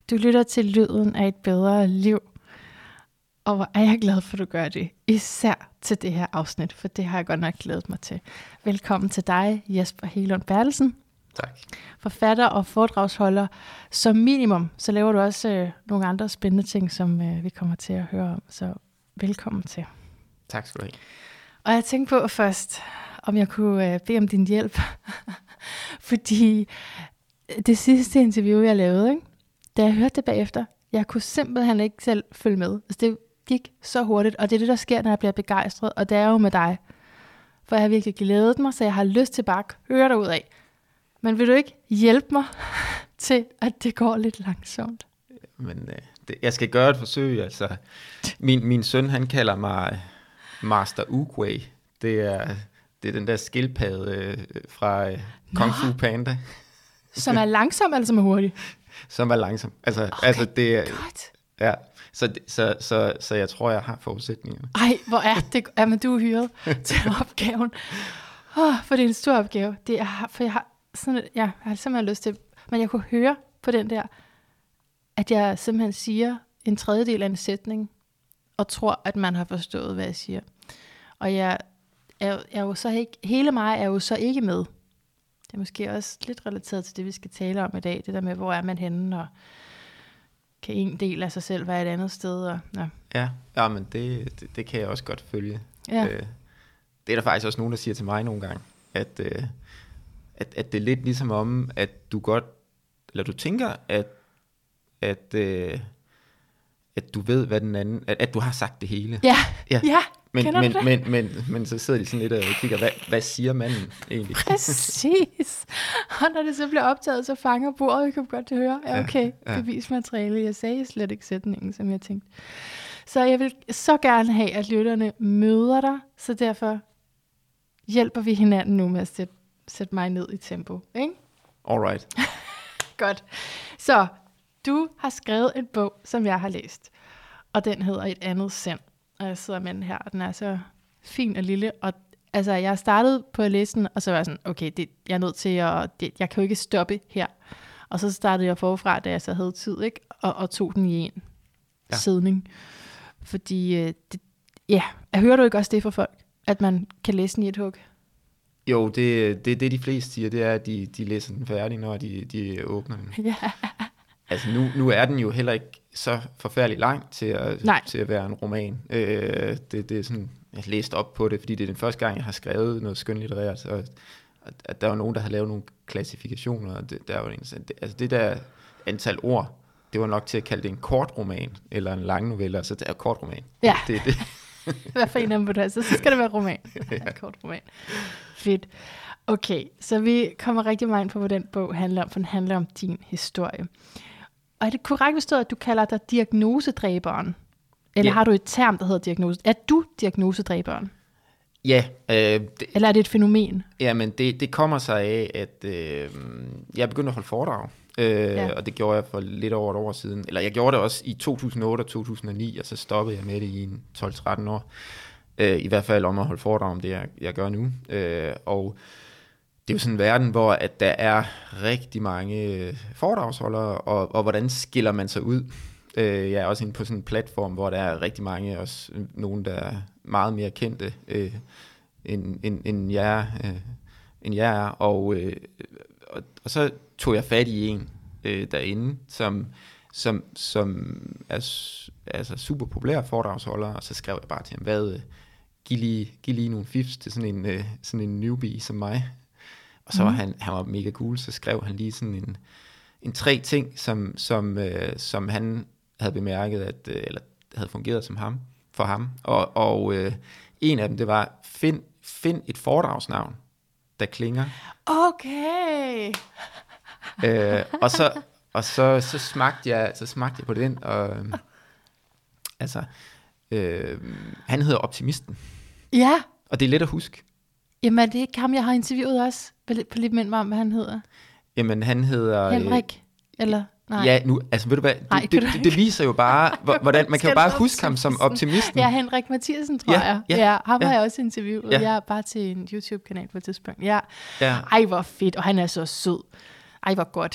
Du lytter til lyden af et bedre liv. Og hvor er jeg glad for, at du gør det. Især til det her afsnit, for det har jeg godt nok glædet mig til. Velkommen til dig, Jesper Helund Bertelsen. Tak. Forfatter og foredragsholder. Som minimum, så laver du også nogle andre spændende ting, som vi kommer til at høre om. Så velkommen til. Tak skal du have. Og jeg tænkte på først, om jeg kunne bede om din hjælp. Fordi det sidste interview, jeg lavede, ikke? Da jeg hørte det bagefter, jeg kunne simpelthen ikke selv følge med. Altså, det gik så hurtigt, og det er det, der sker, når jeg bliver begejstret, og det er jo med dig. For jeg har virkelig glædet mig, så jeg har lyst til bare at høre dig ud af. Men vil du ikke hjælpe mig til, at det går lidt langsomt? Men jeg skal gøre et forsøg. Altså, min søn, han kalder mig Master Oogway. Det er den der skildpadde fra Kung Fu Panda. Som er langsom, eller som er hurtig? Som er langsom. Okay, det er godt. Ja, så jeg tror, jeg har forudsætningerne. Ej, hvor er det? Jamen, du er hyret til opgaven. For det er en stor opgave. Det er, for jeg har simpelthen lyst til, men jeg kunne høre på den der, at jeg simpelthen siger en tredjedel af en sætning, og tror, at man har forstået, hvad jeg siger. Og jeg er jo så ikke, hele mig er jo så ikke med. Det er måske også lidt relateret til det, vi skal tale om i dag. Det der med, hvor er man henne, og kan en del af sig selv være et andet sted. Og, ja, men det kan jeg også godt følge. Ja. Det er der faktisk også nogen, der siger til mig nogle gange, at det er lidt ligesom om, at du godt, eller du tænker, at du ved, hvad den anden, at du har sagt det hele. Ja. Men så sidder de sådan lidt og kigger, hvad siger manden egentlig? Præcis. Og når det så bliver optaget, så fanger bordet, jeg kan godt høre. Ja, okay, bevismateriale. Jeg sagde slet ikke sætningen, som jeg tænkte. Så jeg vil så gerne have, at lytterne møder dig, så derfor hjælper vi hinanden nu med at sætte mig ned i tempo. Ikke? Alright. Godt. Så du har skrevet en bog, som jeg har læst, og den hedder Et andet sind. Og jeg sidder med den her, og den er så fin og lille. Og altså, jeg startede på at læse den, og så var jeg sådan, okay, jeg er nødt til jeg kan jo ikke stoppe her. Og så startede jeg forfra, da jeg så havde tid, ikke? Og tog den i en sidning. Fordi, jeg hører du ikke også det for folk, at man kan læse den i et hug? Jo, det de fleste siger, det er, at de læser den færdig, når de åbner den. Ja. Altså nu er den jo heller ikke så forfærdelig lang til at være en roman. Det er sådan, jeg har læst op på det, fordi det er den første gang, jeg har skrevet noget skønlitterært, og at der var nogen, der har lavet nogle klassifikationer, og det der antal ord, det var nok til at kalde det en kort roman, eller en lang novelle, så det er kort roman. Ja, det. Hvad for en af dem på det, så skal det være roman. Ja. Kort roman. Fedt. Okay, så vi kommer rigtig meget ind på, hvad den bog handler om, for den handler om din historie. Og er det korrekt forstået, at du kalder dig diagnosedræberen? Eller har du et term, der hedder diagnose? Er du diagnosedræberen? Ja. Eller er det et fænomen? Jamen, det kommer sig af, at jeg begyndte at holde foredrag. Og det gjorde jeg for lidt over et år siden. Eller jeg gjorde det også i 2008 og 2009, og så stoppede jeg med det i en 12-13 år. I hvert fald om at holde foredrag om det, jeg gør nu. Og det er jo sådan en verden, hvor at der er rigtig mange foredragsholdere, og hvordan skiller man sig ud? Jeg er også inde på sådan en platform, hvor der er rigtig mange, også nogen, der er meget mere kendte end jeg er. Og så tog jeg fat i en derinde, som er super populær foredragsholder, og så skrev jeg bare til ham, giv lige nogle fifs til sådan en newbie som mig. Og så var han var mega cool, så skrev han lige sådan en 3 ting, som han havde bemærket, eller havde fungeret for ham. Og en af dem, det var, find et foredragsnavn, der klinger. Okay. Og så smagte jeg på den, og han hedder Optimisten. Ja. Og det er let at huske. Jamen, er det ikke ham, jeg har interviewet også? Lige mind mig om, hvad han hedder. Jamen, han hedder... Henrik, eller... Nej. Ja, nu, altså ved du hvad, det viser jo bare, hvordan man kan jo bare huske ham som Optimisten. Ja, Henrik Mathiasen, tror jeg. Ja, ham har jeg også interviewet. Ja. Jeg er bare til en YouTube-kanal på et tidspunkt. Ja. Ej, hvor fedt, og han er så sød. Ej, hvor godt.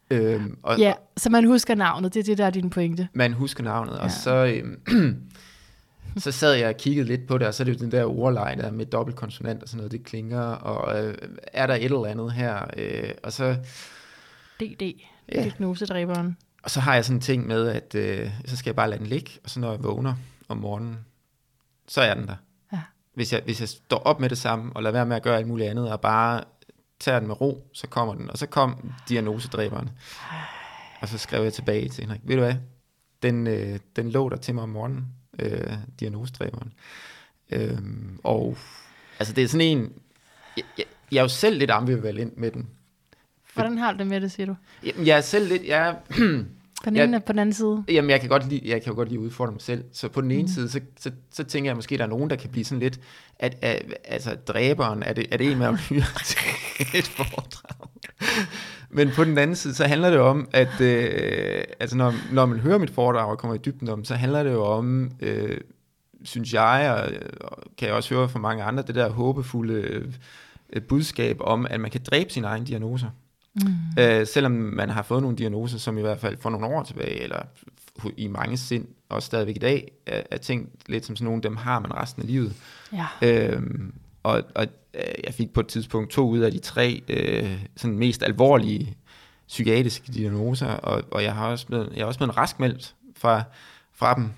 Ja, så man husker navnet, det er det, der er din pointe. Man husker navnet, og så, så sad jeg og kiggede lidt på det, og så er det jo den der ordleje der med dobbeltkonsonant og sådan noget, det klinger, og er der et eller andet her, og så... DD, diagnosedræberen. Og så har jeg sådan en ting med, at så skal jeg bare lade den ligge, og så når jeg vågner om morgenen, så er den der. Ja. Hvis jeg står op med det samme, og lader være med at gøre alt muligt andet, og bare tager den med ro, så kommer den. Og så kom diagnosedræberen. Og så skrev jeg tilbage til Henrik, ved du hvad, den lå der til mig om morgenen, diagnosedræberen. Og altså det er sådan en, jeg er jo selv lidt ambivalent med den. Hvordan har du det med det, siger du? Jeg er selv lidt, på den ene og på den anden side? Jamen, jeg kan jo godt lide at udfordre mig selv. Så på den ene side, så tænker jeg måske, at der er nogen, der kan blive sådan lidt, altså dræberen, er det en, man hyrer til et foredrag? Men på den anden side, så handler det om, at altså når man hører mit foredrag og kommer i dybden om, så handler det jo om, synes jeg, og kan jeg også høre fra mange andre, det der håbefulde budskab om, at man kan dræbe sine egne diagnoser. Selvom man har fået nogle diagnoser, som i hvert fald for nogle år tilbage, eller i mange sind, og stadigvæk i dag, er tænkt lidt som sådan nogle, dem har man resten af livet. Ja. Og jeg fik på et tidspunkt 2 ud af de 3 sådan mest alvorlige psykiatriske diagnoser, og jeg er også blevet raskmeldt fra dem.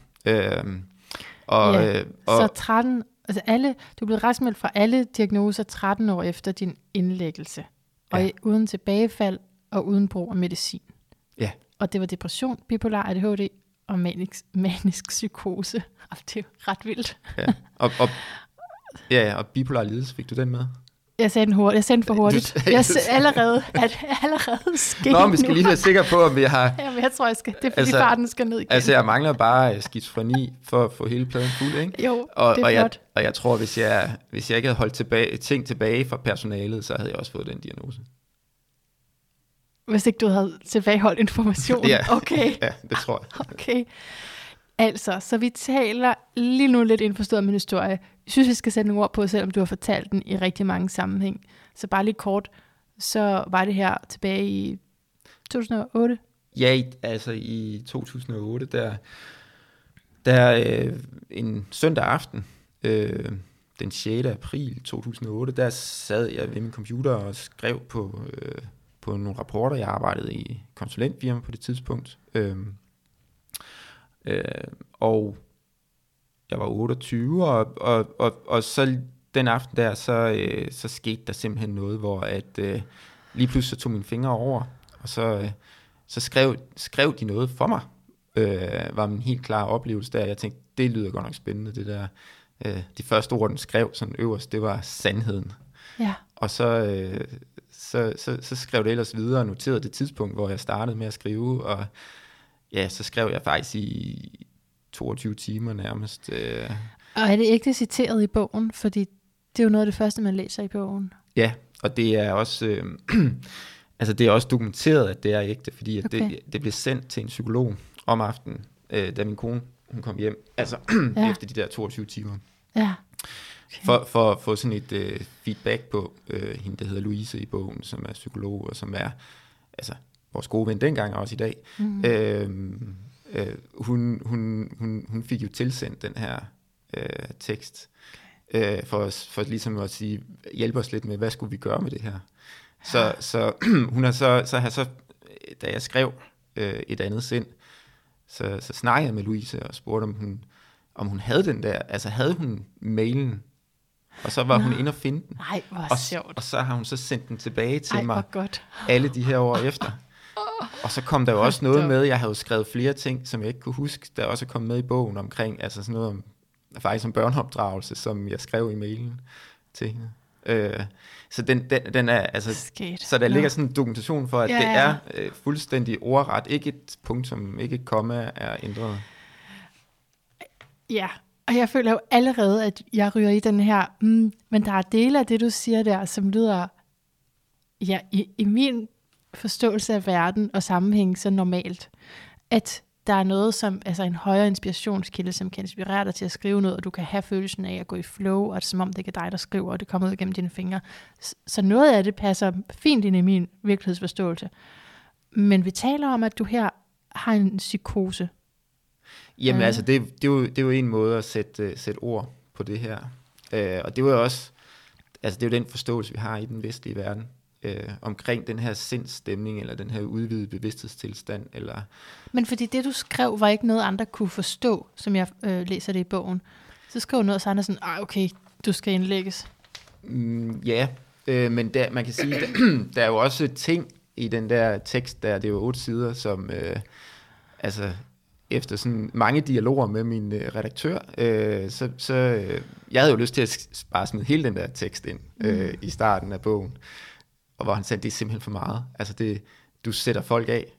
Så 13, altså du er blevet raskmeldt fra alle diagnoser 13 år efter din indlæggelse. Og uden tilbagefald og uden brug af medicin. Ja. Og det var depression, bipolar ADHD og manisk psykose. Det er jo ret vildt. Ja. Og bipolar lidelse, fik du den med? Jeg sagde den hurtigt. Jeg sagde den for hurtigt. Allerede sket. Nå, vi skal lige være sikre på, om vi har... Jamen, jeg tror, jeg skal. Det er fordi farten skal ned igen. Altså, jeg mangler bare skizofreni for at få hele pladen fuld, ikke? Jo, det er flot. Og jeg tror, hvis jeg ikke havde holdt ting tilbage fra personalet, så havde jeg også fået den diagnose. Hvis ikke du havde tilbageholdt information? Ja. Okay. Ja, det tror jeg. Okay. Altså, så vi taler lige nu lidt indforstået om min historie. Jeg synes, vi skal sætte nogle ord på, selvom du har fortalt den i rigtig mange sammenhæng. Så bare lige kort, så var det her tilbage i 2008? Ja, altså i 2008, der en søndag aften, den 6. april 2008, der sad jeg ved min computer og skrev på nogle rapporter. Jeg arbejdede i konsulentfirma på det tidspunkt. Og jeg var 28, og så den aften der, så skete der simpelthen noget, hvor at lige pludselig så tog mine fingre over, og så skrev de noget for mig. Var min helt klare oplevelse der. Jeg tænkte, det lyder godt nok spændende, det der. De første ord, den skrev sådan øverst, det var sandheden. Ja. Og så skrev det ellers videre og noterede det tidspunkt, hvor jeg startede med at skrive, og ja, så skrev jeg faktisk i 22 timer nærmest. Og er det ikke citeret i bogen? Fordi det er jo noget af det første, man læser i bogen. Ja, og det er også, altså det er også dokumenteret, at det er ægte, fordi at det blev sendt til en psykolog om aftenen, da min kone hun kom hjem, altså efter de der 22 timer. Ja. Okay. For at få sådan et feedback på hende, der hedder Louise i bogen, som er psykolog, og som er altså vores gode ven dengang, og også i dag. Mm-hmm. Hun fik jo tilsendt den her tekst, for ligesom at sige, hjælpe os lidt med, hvad skulle vi gøre med det her. Så hun har så da jeg skrev et andet sind, så snakkede jeg med Louise og spurgte, om hun havde den der, altså havde hun mailen, og så var hun inde og finde den. Nej, hvor sjovt. Og så har hun så sendt den tilbage til mig godt. alle de her år efter. Og så kom der jo også noget med, jeg havde jo skrevet flere ting, som jeg ikke kunne huske, der også er kommet med i bogen omkring, altså sådan noget om, faktisk om børneopdragelse, som jeg skrev i mailen til hende. Så den er, altså, så der ligger sådan en dokumentation for, at det er fuldstændig ordret, ikke et punktum, ikke et komma er ændret. Ja, og jeg føler jo allerede, at jeg ryger i den her, men der er dele af det, du siger der, som lyder, ja, i min forståelse af verden og sammenhæng så normalt, at der er noget som, altså en højere inspirationskilde, som kan inspirere dig til at skrive noget, og du kan have følelsen af at gå i flow, og det er som om det ikke er dig, der skriver, og det kommer ud gennem dine fingre. Så noget af det passer fint ind i min virkelighedsforståelse. Men vi taler om, at du her har en psykose. Jamen altså, det er jo en måde at sætte ord på det her. Og det er jo også, altså det er jo den forståelse, vi har i den vestlige verden, omkring den her sindsstemning, eller den her udvidede bevidsthedstilstand. Eller... Men fordi det, du skrev, var ikke noget, andre kunne forstå, som jeg læser det i bogen. Så skrev noget, så andre sådan, okay, du skal indlægges. Ja, men man kan sige, der er jo også ting i den der tekst, det er jo 8 sider, som altså efter sådan mange dialoger med min redaktør, så jeg havde jo lyst til at bare smide hele den der tekst ind i starten af bogen, og hvor han sagde, det er simpelthen for meget. Altså du sætter folk af,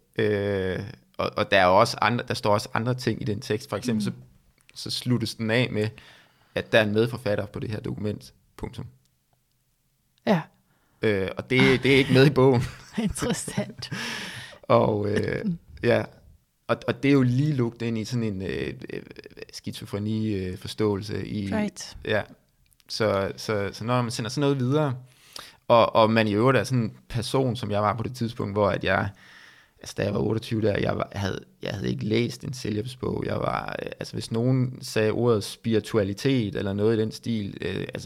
og der er jo også andre, der står også andre ting i den tekst. For eksempel så sluttes den af med, at der er en medforfatter på det her dokument. Punktum. Ja. Og det er ikke med i bogen. Interessant. Og ja, og det er jo lige lukket ind i sådan en skizofreni-forståelse. Right. Ja. Så når man sender sådan noget videre, og man i øvrigt er sådan en person, som jeg var på det tidspunkt, hvor at jeg, altså da jeg var 28 der, jeg havde ikke læst en selvhjælpsbog. Jeg var, altså hvis nogen sagde ordet spiritualitet, eller noget i den stil, altså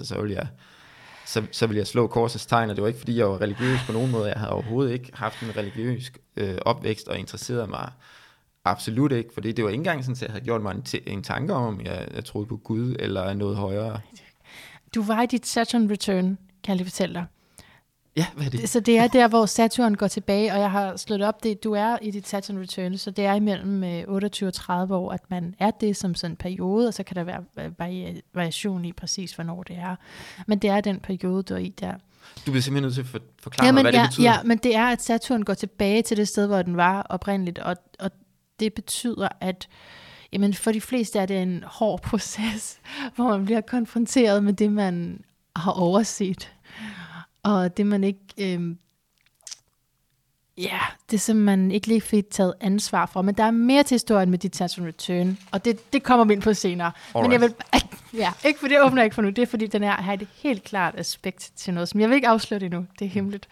så ville jeg slå korsets tegn, og det var ikke, fordi jeg var religiøs på nogen måde. Jeg havde overhovedet ikke haft en religiøs opvækst, og interesserede mig absolut ikke, fordi det var ikke engang sådan, at jeg havde gjort mig en tanke om, jeg troede på Gud, eller noget højere. Du var i dit Saturn Return, kan jeg lige fortælle dig. Ja, hvad er det? Så det er der, hvor Saturn går tilbage, og jeg har slået op det. Du er i dit Saturn Return, så det er imellem 28 og 30 år, at man er det som sådan en periode, og så kan der være variation i præcis, hvornår det er. Men det er den periode, du er i der. Du bliver simpelthen nødt til at forklare mig, hvad det betyder. Ja, men det er, at Saturn går tilbage til det sted, hvor den var oprindeligt, og det betyder, at jamen, for de fleste er det en hård proces, hvor man bliver konfronteret med det, man har overset. Og det man ikke, det som man ikke lige fik taget ansvar for. Men der er mere til historien med dit Saturn Return, og det kommer vi ind på senere. Alright. Men jeg vil, ikke fordi jeg åbner ikke for nu, det er fordi den har et helt klart aspekt til noget, som jeg vil ikke afsløre det endnu. Det er hemmeligt.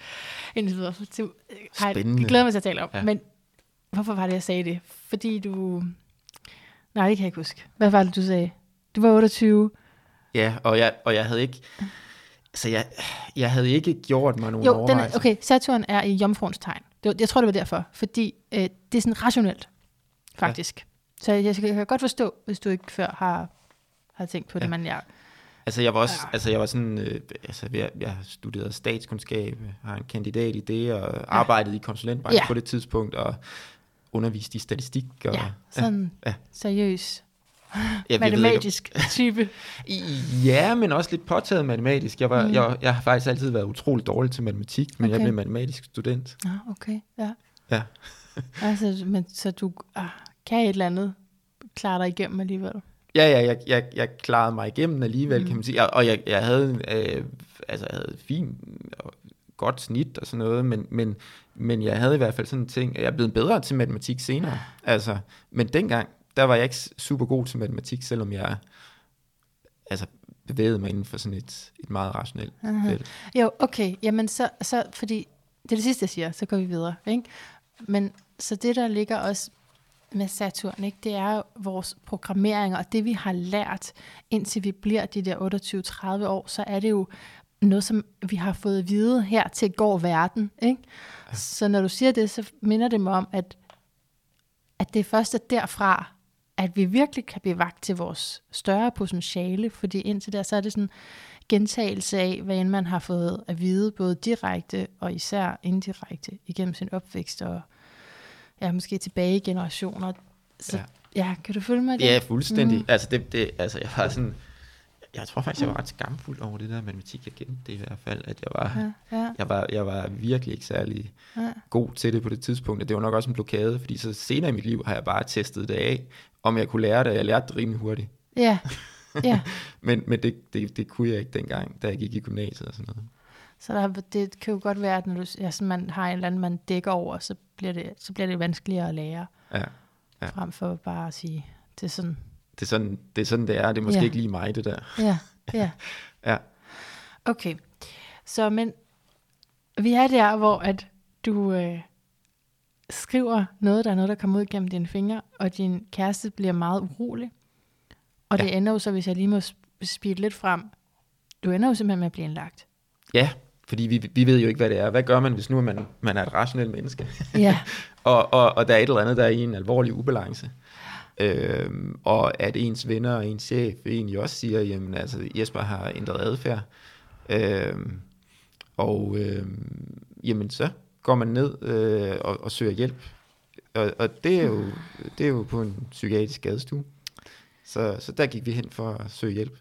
Spændende. Jeg glæder mig til at tale om. Ja. Men hvorfor var det, jeg sagde det? Fordi du... Nej, det kan jeg ikke huske. Hvad var det, du sagde? Du var 28. Ja, og jeg havde ikke... Så jeg havde ikke gjort mig nogen overvejelser. Okay, Saturn er i jomfruens tegn. Jeg tror, det var derfor. Fordi det er sådan rationelt, faktisk. Ja. Så jeg kan godt forstå, hvis du ikke før har tænkt på det, men jeg... Altså jeg var også, jeg var sådan, jeg studerede statskundskab, har en kandidat i det, og arbejdede i konsulentbranchen på det tidspunkt, og underviste i statistik. Og, seriøs, matematisk type. Ja, men også lidt påtaget matematisk. Jeg har faktisk altid været utrolig dårlig til matematik, men jeg blev matematisk student. Okay, ja. Ja. Altså, men så du kan et eller andet klare dig igennem alligevel? Ja, jeg klarede mig igennem alligevel, kan man sige. Og jeg havde, jeg havde fint og godt snit og sådan noget, men jeg havde i hvert fald sådan en ting, jeg er blevet bedre til matematik senere. Altså, men dengang, der var jeg ikke super god til matematik, selvom jeg bevægede mig inden for sådan et meget rationelt felt. Jo, okay. Jamen så, fordi det er det sidste, jeg siger, så går vi videre. Ikke? Men så det, der ligger også med Saturn, ikke, det er vores programmeringer, og det vi har lært, indtil vi bliver de der 28-30 år, så er det jo noget, som vi har fået at vide her til går verden. Ikke? Ja. Så når du siger det, så minder det mig om, at det først er derfra, at vi virkelig kan blive vagt til vores større potentiale, fordi indtil der, så er det sådan en gentagelse af, hvad end man har fået at vide, både direkte og især indirekte, igennem sin opvækst, og måske tilbage i generationer. Så kan du følge mig i det? Ja, fuldstændig. Altså, jeg var sådan, jeg tror faktisk, jeg var ret skamfuld over det der matematik. Jeg gemte det i hvert fald, at jeg var virkelig ikke særlig god til det på det tidspunkt. Det var nok også en blokade, fordi så senere i mit liv har jeg bare testet det af, om jeg kunne lære det, og jeg lærte det rimelig hurtigt. Ja. men det kunne jeg ikke dengang, da jeg gik i gymnasiet og sådan noget. Så det kan jo godt være, at når man har en eller anden, man dækker over, så bliver det vanskeligere at lære. Ja. Frem for bare at sige, det er sådan. Det er sådan, det er. Det er måske ikke lige mig, det der. Ja. Okay. Så, men vi er der, hvor at du skriver noget, der kommer ud gennem dine fingre, og din kæreste bliver meget urolig. Og det ender jo så, hvis jeg lige må speede lidt frem, du ender jo simpelthen med at blive indlagt. Ja, fordi vi ved jo ikke, hvad det er. Hvad gør man, hvis nu man er et rationelt menneske? Ja. og der er et eller andet, der er i en alvorlig ubalance. Og at ens venner og ens chef egentlig også siger, jamen altså Jesper har ændret adfærd. Jamen så går man ned og søger hjælp. Og det er jo på en psykiatrisk skadestue. Så der gik vi hen for at søge hjælp.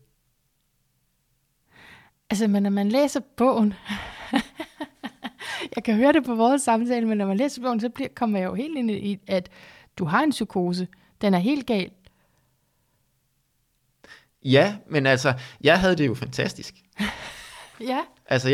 Altså, men når man læser bogen, jeg kan høre det på vores samtale, men når man læser bogen, så kommer jeg jo helt ind i, at du har en psykose. Den er helt gal. Ja, men altså, jeg havde det jo fantastisk. Ja. Altså,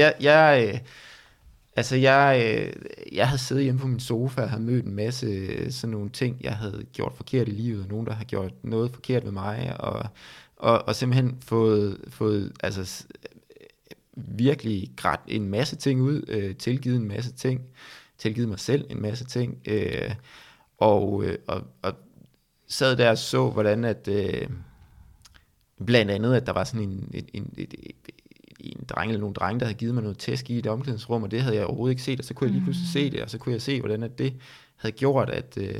jeg havde siddet hjemme på min sofa og havde mødt en masse sådan nogle ting, jeg havde gjort forkert i livet, og nogen, der har gjort noget forkert ved mig, og simpelthen fået altså, virkelig grædt en masse ting ud, tilgivet en masse ting, tilgivet mig selv en masse ting, og sad der og så, hvordan at blandt andet, at der var sådan en dreng eller nogle drenge, der havde givet mig noget tæsk i et omklædningsrum, og det havde jeg overhovedet ikke set, og så kunne jeg lige pludselig se det, og så kunne jeg se, hvordan at det havde gjort,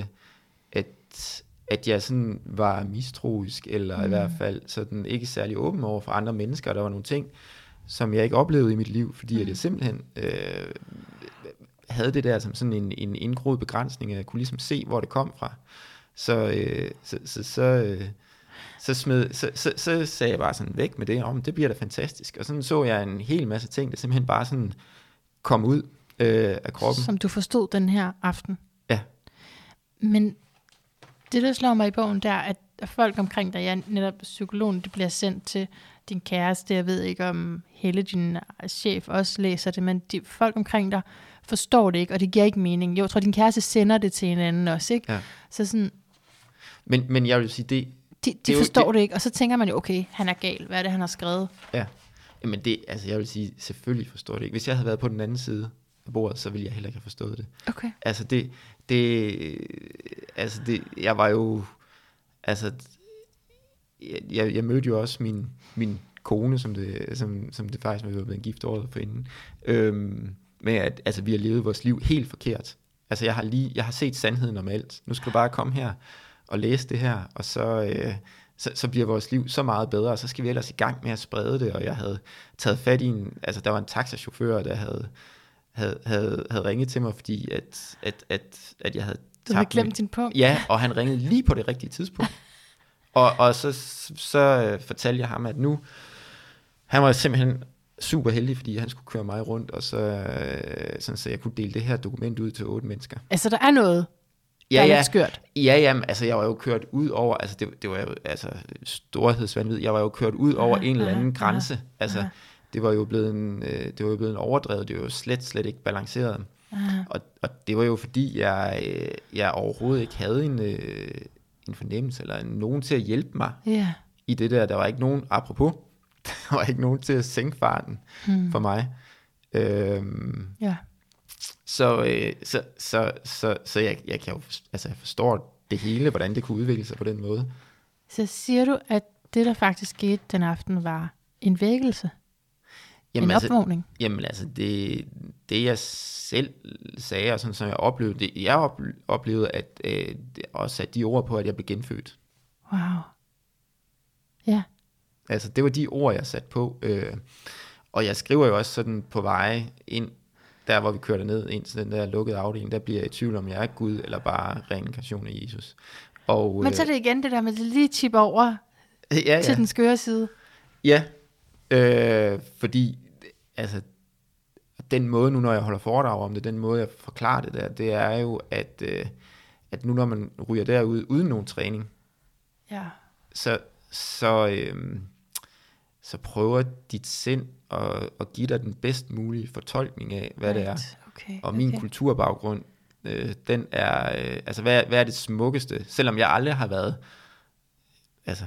at jeg sådan var mistroisk, eller i hvert fald sådan ikke særlig åben over for andre mennesker, og der var nogle ting, som jeg ikke oplevede i mit liv, fordi at jeg simpelthen havde det der som sådan en indgroet begrænsning, at jeg kunne ligesom se, hvor det kom fra. Så sagde jeg bare sådan væk med det, det bliver da fantastisk. Og sådan så jeg en hel masse ting, der simpelthen bare sådan kom ud af kroppen. Som du forstod den her aften. Ja. Men det, der slår mig i bogen, der at folk omkring dig, netop psykologen, det bliver sendt til din kæreste, jeg ved ikke om hele din chef også læser det, men folk omkring dig forstår det ikke, og det giver ikke mening. Jo, jeg tror, din kæreste sender det til en anden også, ikke? Ja. Så sådan... Men jeg vil sige, de forstår det ikke, og så tænker man jo, okay, han er gal, hvad er det, han har skrevet? Ja, men jeg vil sige, selvfølgelig forstår det ikke. Hvis jeg havde været på den anden side af bordet, så ville jeg heller ikke have forstået det. Okay. Jeg var jo, jeg mødte jo også min kone, som det faktisk var blevet gift året forinden, med at vi har levet vores liv helt forkert. Altså jeg har set sandheden om alt. Nu skal du bare komme her og læse det her, og så bliver vores liv så meget bedre, og så skal vi ellers i gang med at sprede det, og jeg havde taget fat i der var en taxachauffør, der havde ringet til mig, fordi at jeg havde du havde glemt din punkt. Ja, og han ringede lige på det rigtige tidspunkt. og så fortalte jeg ham, at nu, han var simpelthen super heldig, fordi han skulle køre mig rundt, og så jeg kunne dele det her dokument ud til 8 mennesker. Altså, der er noget, der er lidt skørt. Ja, altså, jeg var jo kørt ud over, altså, det var jo, altså, storhedsvanvid, jeg var jo kørt ud over en eller anden grænse, altså, det var jo blevet en overdrevet, det var jo slet ikke balanceret, og det var jo fordi, jeg overhovedet ikke havde en fornemmelse, eller nogen til at hjælpe mig i det der var ikke nogen, apropos, der var ikke nogen til at sænke farten for mig. Så jeg kan jo, altså jeg forstår det hele, hvordan det kunne udvikle sig på den måde. Så siger du, at det der faktisk skete den aften var en vækkelse? En opvågning? Jamen altså, det jeg selv sagde, og sådan som jeg oplevede det, jeg oplevede at også at de ord på, at jeg blev genfødt. Wow. Ja. Altså, det var de ord, jeg satte på. Og jeg skriver jo også sådan på vej ind, der hvor vi kørte ned ind til den der lukkede afdeling, der bliver jeg i tvivl om, jeg er Gud, eller bare reinkarnation af Jesus. Og, men så er det igen det der med, at det lige tipper over til den skøre side. Ja, fordi altså, den måde nu, når jeg holder foredrag om det, den måde, jeg forklarer det der, det er jo, at nu når man ryger derud uden nogen træning, så prøver dit sind at give dig den bedst mulige fortolkning af, hvad det er. Og min kulturbaggrund, den er, altså hvad er det smukkeste, selvom jeg aldrig har været, altså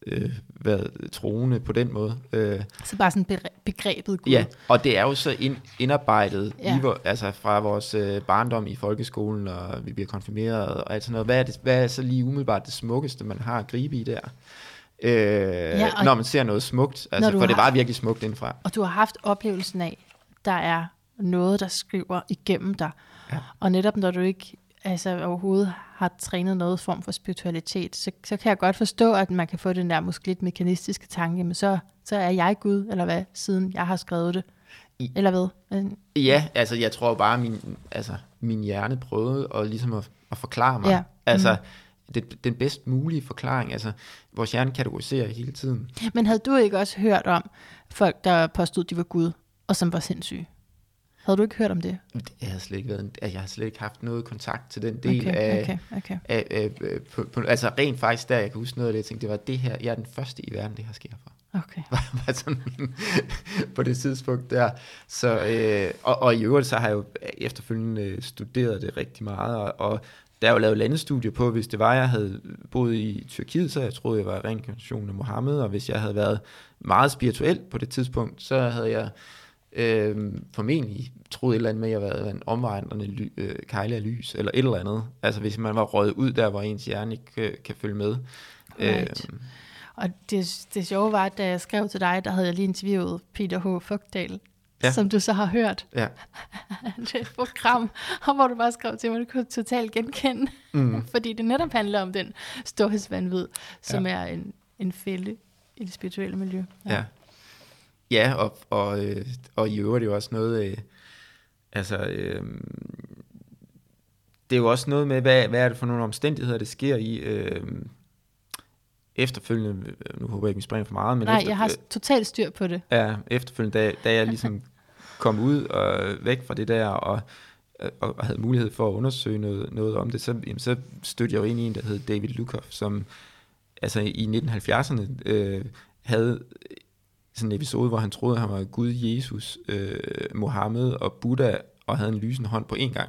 været troende på den måde. Så bare sådan begrebet Gud. Ja, og det er jo så indarbejdet altså fra vores barndom i folkeskolen, og vi bliver konfirmeret og alt sådan noget. Hvad er så lige umiddelbart det smukkeste, man har at gribe i der? Når man ser noget smukt, altså, for det var virkelig smukt indfra. Og du har haft oplevelsen af, der er noget, der skriver igennem dig. Ja. Og netop når du ikke overhovedet har trænet noget form for spiritualitet, så kan jeg godt forstå, at man kan få den der måske lidt mekanistiske tanke, men så er jeg Gud, eller hvad, siden jeg har skrevet det. Eller hvad? Ja, altså jeg tror bare, min hjerne prøvede ligesom at forklare mig. Ja. Den bedst mulige forklaring. Altså, vores hjerne kategoriserer hele tiden. Men havde du ikke også hørt om folk, der påstod, de var Gud, og som var sindssyge? Havde du ikke hørt om det? Jeg har slet ikke haft noget kontakt til den del af altså rent faktisk der, jeg kan huske noget af det, jeg tænkte, det var det her, jeg er den første i verden, det her sker for. Okay. Var sådan, på det tidspunkt der. Så, og i øvrigt, så har jeg jo efterfølgende studeret det rigtig meget, og der er jo lavet landestudier på, hvis det var, jeg havde boet i Tyrkiet, så jeg troede, jeg var reinkarnationen af Mohammed, og hvis jeg havde været meget spirituel på det tidspunkt, så havde jeg formentlig troet et eller andet med, at jeg var en omvandrende kejle af lys, eller et eller andet. Altså hvis man var røget ud der, hvor ens hjerne ikke kan følge med. Right. Og det sjove var, at da jeg skrev til dig, der havde jeg lige interviewet Peter H. Fogdal, som du så har hørt. Ja. Det program, hvor du bare skrev til mig, du kunne totalt genkende. Fordi det netop handler om den storhedsvanvid, som er en fælde i det spirituelle miljø. Ja, og i øvrigt er det jo også noget, det er jo også noget med, hvad er det for nogle omstændigheder, det sker i efterfølgende, nu håber jeg ikke, vi springer for meget, men jeg har totalt styr på det. Ja, efterfølgende, da jeg ligesom kom ud og væk fra det der, og havde mulighed for at undersøge noget om det, så stødte jeg jo ind i en, der hed David Lukoff, som altså i 1970'erne havde sådan en episode, hvor han troede, at han var Gud, Jesus, Mohammed og Buddha, og havde en lysende hånd på én gang.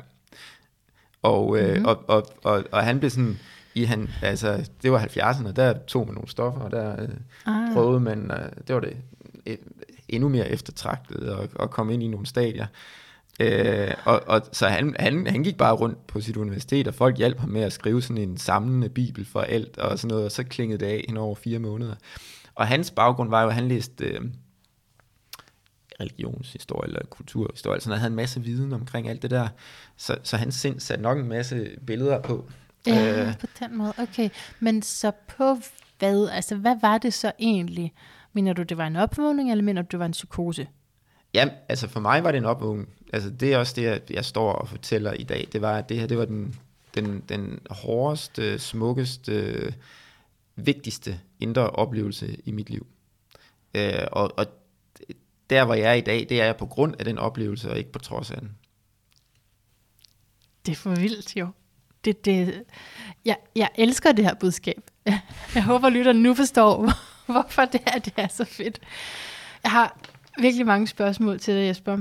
Og han blev sådan, det var 70'erne, der tog man nogle stoffer, og der prøvede man, det var det endnu mere eftertragtet, at komme ind i nogle stadier. Så han gik bare rundt på sit universitet, og folk hjalp ham med at skrive sådan en samlende bibel for alt, og sådan noget, og så klingede det af hen over 4 måneder. Og hans baggrund var jo, at han læste religionshistorie eller kulturhistorie, altså han havde en masse viden omkring alt det der, så hans sind satte nok en masse billeder på. Ja, på den måde, okay. Men så på hvad? Altså, hvad var det så egentlig? Mener du, det var en opvågning, eller mener du, det var en psykose? Ja, altså for mig var det en opvågning. Altså det er også det, jeg står og fortæller i dag. Det var, at det her, det var den hårdeste, smukkeste, vigtigste indre oplevelse i mit liv. Og der, hvor jeg er i dag, det er jeg på grund af den oplevelse, og ikke på trods af den. Det er for vildt, jo. Jeg elsker det her budskab. Jeg håber, lytterne nu forstår, hvorfor det er så fedt. Jeg har virkelig mange spørgsmål til dig, Jesper.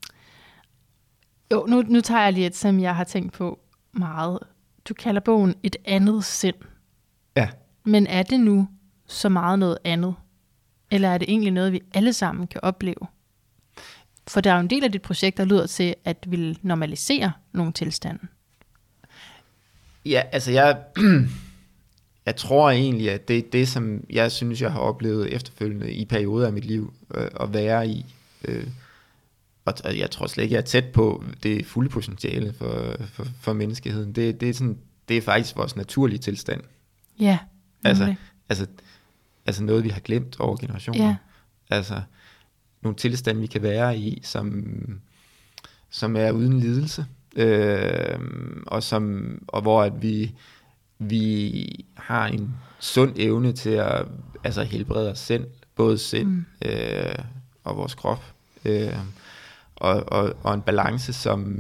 Jo, nu tager jeg lige et, som jeg har tænkt på meget. Du kalder bogen Et andet sind. Ja. Men er det nu så meget noget andet? Eller er det egentlig noget, vi alle sammen kan opleve? For der er jo en del af dit projekt, der lyder til at ville normalisere nogle tilstande. Ja, altså jeg tror egentlig, at det er det, som jeg synes, jeg har oplevet efterfølgende i perioder af mit liv at være i. Og jeg tror slet ikke, jeg er tæt på det fulde potentiale for menneskeheden. Det er faktisk vores naturlige tilstand. Ja, altså noget, vi har glemt over generationer. Ja. Altså nogle tilstande, vi kan være i, som er uden lidelse. Og hvor at vi har en sund evne til at helbrede os selv, både sind og vores krop, og en balance, som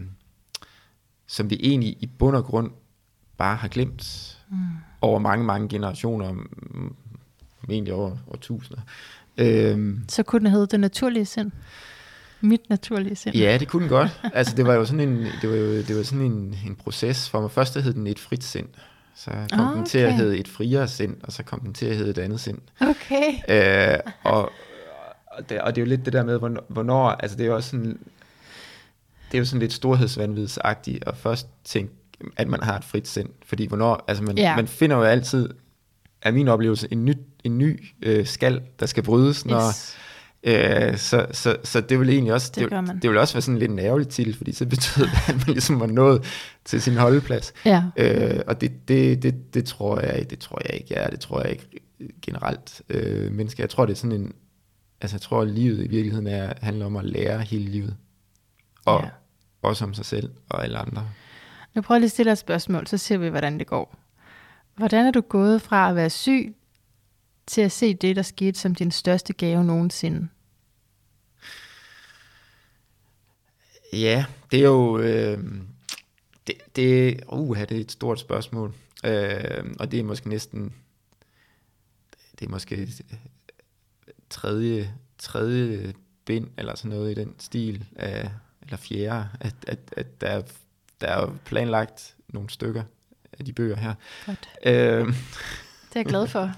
vi egentlig i bund og grund bare har glemt over mange, mange generationer, egentlig over tusinder. Så kunne den hedde Det naturlige sind? Mit naturlige sind. Ja, det kunne den godt. Altså det var jo sådan en proces for mig. Først hed den Et frit sind, Så kom den til at hedde et friere sind, og så kom den til at hedde et andet sind. Okay. Og det er jo lidt det der med, hvornår, altså det er jo også sådan, det er jo sådan lidt storhedsvanvidsagtigt at først tænke, at man har et frit sind, fordi hvornår, altså man finder jo altid, af min oplevelse, en ny skal, der skal brydes, når, så det vil egentlig også, det vil også være sådan lidt en ærgerlig titel, fordi så betyder det, at man ligesom var nået til sin holdeplads. Ja. Og det tror jeg ikke generelt mennesker. Jeg tror, det er sådan en, altså jeg tror, at livet i virkeligheden handler om at lære hele livet. Og også om sig selv og alle andre. Nu prøver jeg lige at stille dig et spørgsmål, så ser vi, hvordan det går. Hvordan er du gået fra at være syg, til at se det, der skete som din største gave nogensinde? Ja, det er jo... det er et stort spørgsmål. Og det er måske næsten... Det er måske tredje bind, eller sådan noget i den stil, eller fjerde, at der er planlagt nogle stykker af de bøger her. Godt. Det er jeg glad for.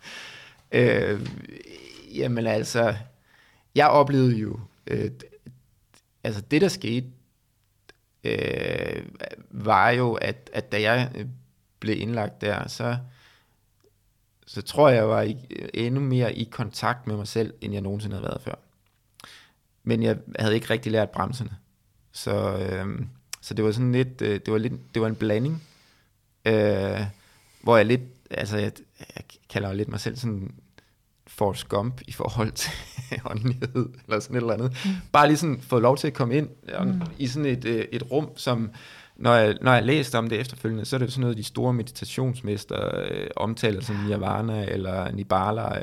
Jamen altså, jeg oplevede jo, altså det der skete, var jo, at da jeg blev indlagt der, så tror jeg var endnu mere i kontakt med mig selv, end jeg nogensinde havde været før. Men jeg havde ikke rigtig lært bremserne. Så det var sådan lidt, det var en blanding, hvor jeg lidt, altså jeg kalder jo lidt mig selv sådan Forrest Gump i forhold til åndelighed, eller sådan et eller andet. Bare lige sådan fået lov til at komme ind i sådan et rum, som, når jeg læste om det efterfølgende, så er det jo sådan noget, de store meditationsmester omtaler som Nirvana, eller Nibbala,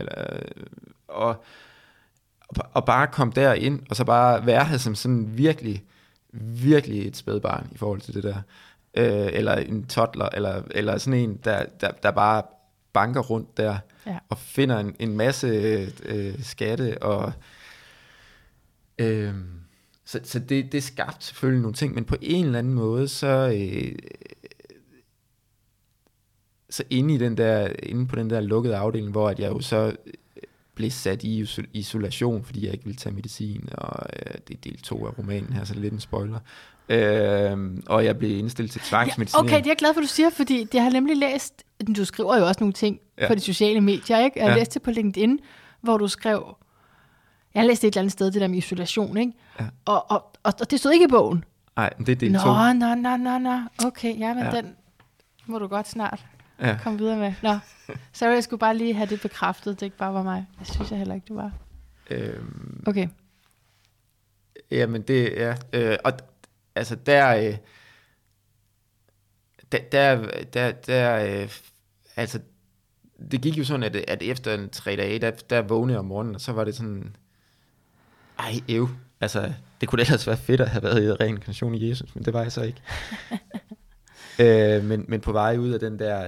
og bare komme derind, og så bare være her som sådan virkelig, virkelig et spædbarn i forhold til det der. Eller en toddler, eller sådan en, der bare banker rundt der, og finder en masse skatte, og så det skabte selvfølgelig nogle ting, men på en eller anden måde, så inde på den der lukkede afdeling, hvor at jeg jo så blev sat i isolation, fordi jeg ikke ville tage medicin, og det er del 2 af romanen her, så det er lidt en spoiler. Og jeg blev indstillet til tvangsmedicinering. Okay, det er jeg glad for, du siger, fordi jeg har nemlig læst, du skriver jo også nogle ting på de sociale medier, ikke? Jeg har læst det på LinkedIn, hvor du skrev, jeg har læst et eller andet sted, det der med isolation, ikke? Ja. Og det stod ikke i bogen. Nej, det er del 2. Nå. Okay, men den må du godt snart komme videre med. Nå, så jeg skulle bare lige have det bekræftet, det ikke bare var mig. Det synes jeg heller ikke, det var. Okay. Jamen det og altså altså det gik jo sådan, at efter en 3 dage, der vågnede jeg om morgenen, og så var det sådan, altså det kunne ellers være fedt at have været i reinkarnation i Jesus, men det var jeg så ikke. Men på vej ud af den der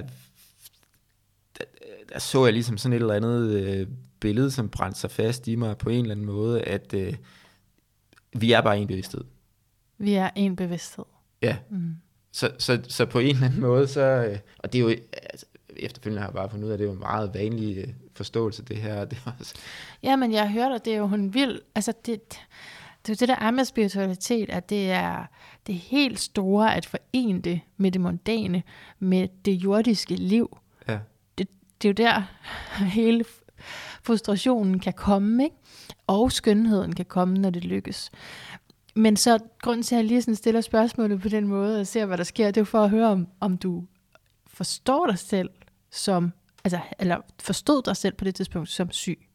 så jeg ligesom sådan et eller andet billede, som brændte sig fast i mig på en eller anden måde, at vi er bare en bevidsthed. Vi er en bevidsthed. Ja. Så på en eller anden måde, så og det er jo, altså, efterfølgende har jeg bare fundet ud af, at det er jo en meget vanlig forståelse, det her. Det også. Ja, men jeg hørte, at det er jo, hun vil, altså det er jo det, der er med spiritualitet, at det er det helt store at forene det med det mondæne, med det jordiske liv. Ja. Det er jo der hele frustrationen kan komme, ikke? Og skønheden kan komme, når det lykkes. Men så grunden til, at jeg lige sådan stiller spørgsmålet på den måde, og ser, hvad der sker, det er jo for at høre, om du forstår dig selv som, altså, eller forstod dig selv på det tidspunkt som syg.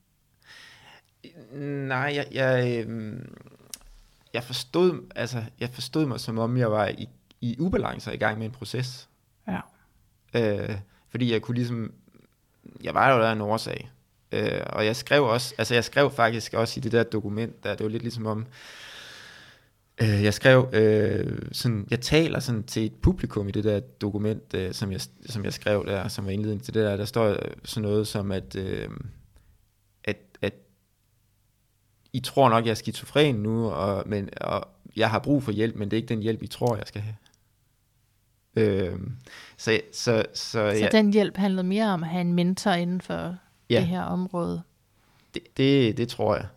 Nej, jeg forstod mig, som om jeg var i ubalance i gang med en proces. Ja. Fordi jeg kunne ligesom, jeg var jo der en årsag. Og jeg skrev faktisk også i det der dokument, der det var lidt ligesom om, jeg skrev sådan, jeg taler sådan til et publikum i det der dokument, som jeg skrev der, som var indledning til det der står sådan noget som, at I tror nok, jeg er skizofren nu, og jeg har brug for hjælp, men det er ikke den hjælp, I tror, jeg skal have. Så den hjælp handlede mere om at have en mentor inden for det her område? Det tror jeg.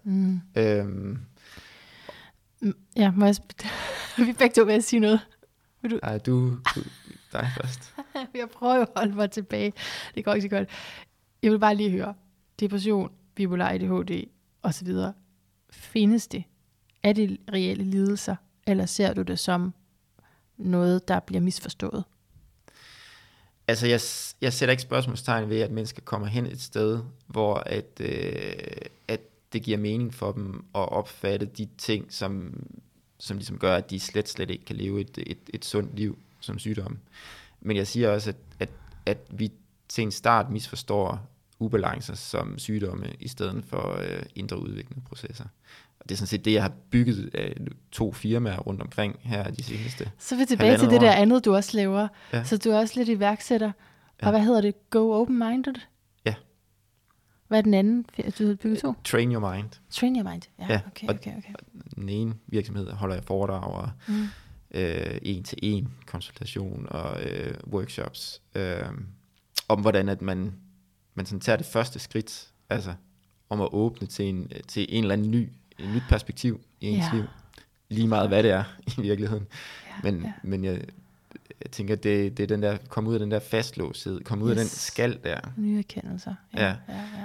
Ja, må jeg vi begge to vil sige noget. Nej, du dig først. Jeg prøver jo at holde mig tilbage. Det går ikke så godt. Jeg vil bare lige høre. Depression, bipolar ADHD osv. Findes det? Er det reelle lidelser? Eller ser du det som noget, der bliver misforstået? Altså, jeg sætter ikke spørgsmålstegn ved, at mennesker kommer hen et sted, hvor at det giver mening for dem at opfatte de ting, som ligesom gør, at de slet ikke kan leve et sundt liv som sygdom. Men jeg siger også, at vi til en start misforstår ubalancer som sygdomme, i stedet for indre udviklende processer. Og det er sådan set det, jeg har bygget 2 firmaer rundt omkring her de seneste. Så vi tilbage til det der andet, du også laver. Ja. Så du er også lidt iværksætter. Og hvad hedder det? Go Open-Minded? Ja. Hvad er den anden, du har bygget 2? Train Your Mind. Train Your Mind, ja. Okay. Den ene virksomhed holder jeg foredrag og 1-til-1 konsultation og workshops om hvordan at man sådan tager det første skridt, altså om at åbne til en eller anden et nyt perspektiv i ens liv. Lige meget hvad det er i virkeligheden. Men jeg tænker, det er den der, komme ud af den der fastlåshed, komme ud af den skal der. Nye erkendelser. Ja.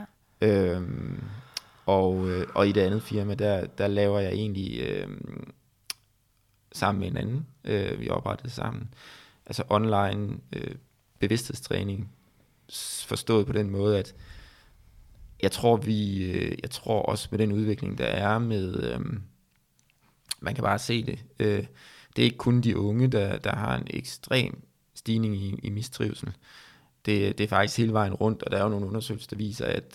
Og i det andet firma, der laver jeg egentlig sammen med en anden, vi oprettede sammen, altså online bevidsthedstræning, forstået på den måde, at jeg tror også med den udvikling, der er med, man kan bare se det, det er ikke kun de unge, der har en ekstrem stigning i mistrivsel. Det er faktisk hele vejen rundt, og der er jo nogle undersøgelser, der viser, at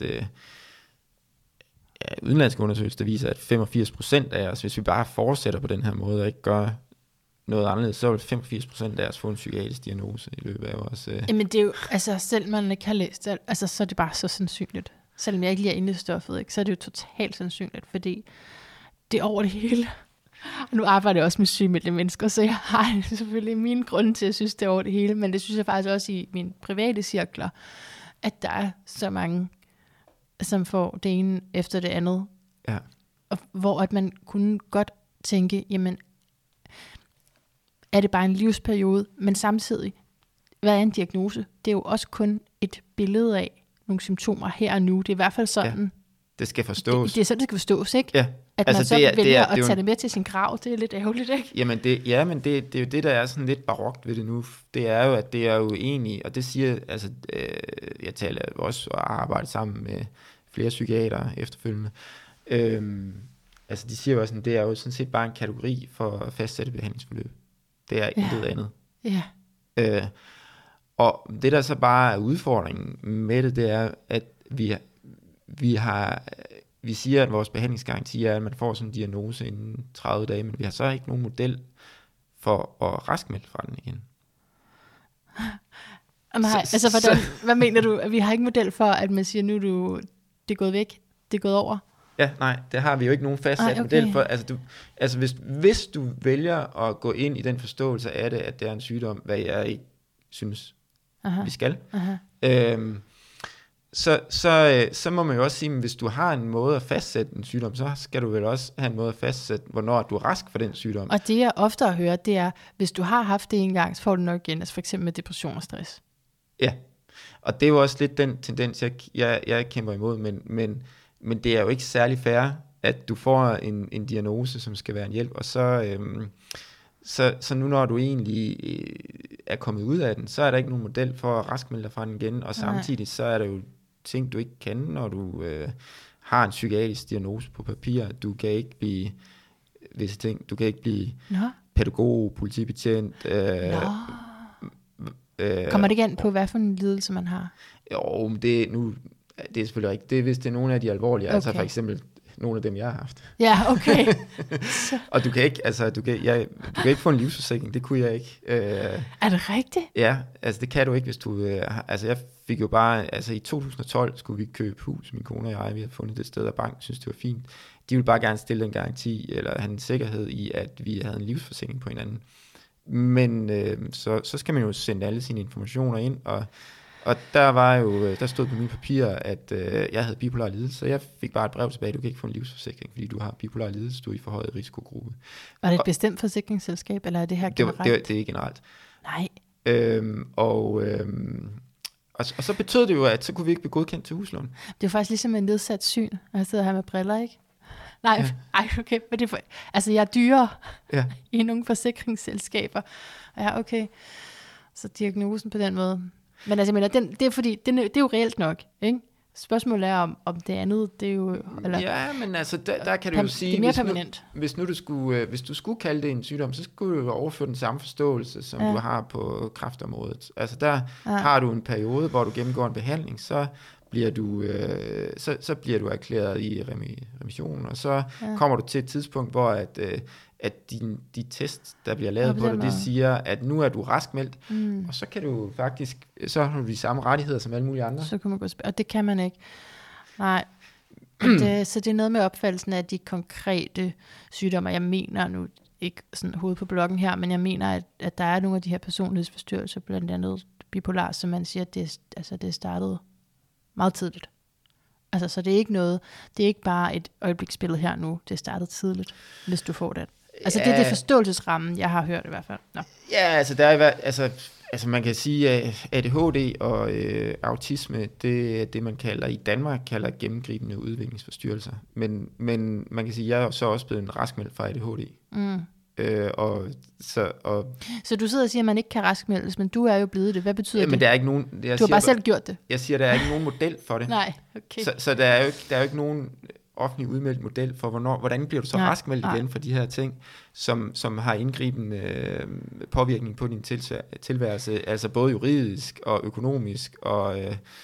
udenlandske undersøgelser, der viser, at 85% af os, hvis vi bare fortsætter på den her måde, og ikke gør noget anderledes, så vil 85% af os få en psykiatrisk diagnose i løbet af vores... Jamen det er jo, altså selv man ikke har læst det, altså så er det bare så sandsynligt. Selvom jeg ikke lige er inde i stoffet, ikke, så er det jo totalt sandsynligt, fordi det er over det hele. Og nu arbejder jeg også med sygemeldte mennesker, så jeg har selvfølgelig mine grunde til at synes, det er over det hele, men det synes jeg faktisk også i mine private cirkler, at der er så mange, som får det ene efter det andet. Ja. Og hvor at man kunne godt tænke, jamen, er det bare en livsperiode, men samtidig, hvad er en diagnose? Det er jo også kun et billede af nogle symptomer her og nu. Det er i hvert fald sådan. Ja, det skal forstås. Det er sådan, det skal forstås, ikke? Ja. At altså man så vælger at tage det med til sin grav, det er lidt ærgerligt, ikke? Jamen, det er jo det, der er sådan lidt barokt ved det nu. Det er jo, at det er jo egentlig, og det siger, altså, jeg taler også og har arbejdet sammen med flere psykiater efterfølgende. Altså, de siger jo også, at det er jo sådan set bare en kategori for at fastsætte behandlingsforløb. Det er intet andet. Ja. Og det, der så bare er udfordringen med det er, at vi siger, at vores behandlingsgaranti er, at man får sådan en diagnose inden 30 dage, men vi har så ikke nogen model for at raskmelde fra den igen. Hvad mener du? At vi har ikke model for, at man siger, nu det er gået væk, det er gået over? Ja, nej, det har vi jo ikke nogen fastsat model for. Altså hvis du vælger at gå ind i den forståelse af det, at det er en sygdom, hvad jeg ikke synes, vi skal, så må man jo også sige, at hvis du har en måde at fastsætte en sygdom, så skal du vel også have en måde at fastsætte, hvornår du er rask for den sygdom. Og det jeg ofte hører, det er, hvis du har haft det en gang, så får du nok igen, altså for eksempel med depression og stress. Ja, og det er jo også lidt den tendens, jeg kæmper imod, men det er jo ikke særlig fair, at du får en diagnose, som skal være en hjælp, og så nu når du egentlig er kommet ud af den, så er der ikke nogen model for at raskmelde dig fra den igen, og samtidig så er der jo ting, du ikke kan, når du har en psykiatrisk diagnose på papir. Du kan ikke blive visse ting. Du kan ikke blive pædagog, politibetjent. Kommer det ikke an på, hvad for en lidelse man har? Jo, men det er selvfølgelig ikke. Det er, hvis det er nogle af de alvorlige, altså for eksempel nogle af dem, jeg har haft. Ja, okay. Og du kan ikke få en livsforsikring, det kunne jeg ikke. Er det rigtigt? Ja, altså det kan du ikke, hvis du... altså jeg fik jo bare... Altså i 2012 skulle vi købe hus, min kone og jeg, vi havde fundet det sted, og banken synes det var fint. De ville bare gerne stille en garanti, eller have en sikkerhed i, at vi havde en livsforsikring på hinanden. Men så skal man jo sende alle sine informationer ind, og der stod på mine papirer, at jeg havde bipolar lidelse, så jeg fik bare et brev tilbage, du kan ikke få en livsforsikring, fordi du har bipolar lidelse, du er i forhøjet risikogruppe. Var det et bestemt forsikringsselskab, eller er det her generelt? Det er generelt. Nej. Og så betød det jo, at så kunne vi ikke blive godkendt til huslån. Det er faktisk ligesom en nedsat syn, og jeg sidder her med briller, ikke? Nej, ja. Ej, okay. Men jeg er dyrere i nogle forsikringsselskaber. Ja, okay. Så diagnosen på den måde. Men altså, det er fordi, det er jo reelt nok, ikke? Spørgsmålet er, om det andet, det er jo... Eller, ja, men altså, der kan du jo sige... Det er mere permanent. Hvis du skulle kalde det en sygdom, så skulle du overføre den samme forståelse, som du har på kræftområdet. Altså, der har du en periode, hvor du gennemgår en behandling, så bliver du erklæret i remission, og så kommer du til et tidspunkt, hvor at de test, der bliver lavet på dig, det siger, at nu er du raskmeldt, og så kan du faktisk, så har du de samme rettigheder som alle mulige andre. Så kan man gå og det kan man ikke. Nej. Så det er noget med opfattelsen af de konkrete sygdomme. Jeg mener nu ikke sådan hovedet på blokken her, men jeg mener, at der er nogle af de her personlighedsforstyrrelser, blandt andet bipolar, som man siger, at det startede meget tidligt. Altså, så det er ikke noget, det er ikke bare et øjebliksbillede her nu, det startede tidligt, hvis du får det. Altså, det er det forståelsesrammen, jeg har hørt i hvert fald. Nå. Ja, altså, der er altså man kan sige, at ADHD og autisme, det er det, man i Danmark kalder gennemgribende udviklingsforstyrrelser. Men man kan sige, at jeg er så også blevet en raskmeldt fra ADHD. Så du sidder og siger, at man ikke kan raskmeldes, men du er jo blevet det. Hvad betyder det? Men der er ikke nogen... Du har bare selv gjort det. Jeg siger, der er ikke nogen model for det. Nej, okay. Så der er jo ikke nogen offentlig udmeldt model for, hvordan bliver du så raskmeldt igen for de her ting, som har indgribende påvirkning på din tilværelse, altså både juridisk og økonomisk og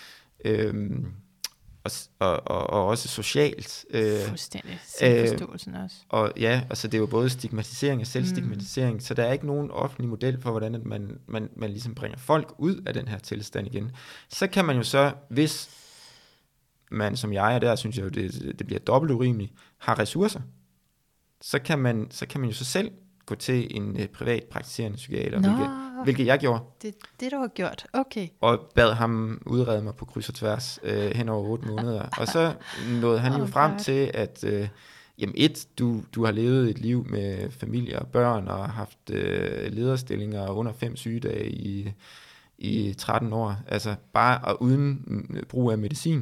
også socialt. Fuldstændig. Selvforståelsen også. Og ja, altså det er jo både stigmatisering og selvstigmatisering, så der er ikke nogen offentlig model for, hvordan man ligesom bringer folk ud af den her tilstand igen. Så kan man jo så, hvis man som jeg, og der synes jeg jo, det bliver dobbelt urimeligt, har ressourcer, så kan man jo så selv gå til en privat praktiserende psykiater, hvilket jeg gjorde. Det du har gjort, okay. Og bad ham udrede mig på kryds og tværs hen over 8 måneder. Og så nåede han jo frem til, at du har levet et liv med familie og børn, og haft lederstillinger under 5 sygedage i 13 år. Altså bare og uden brug af medicin.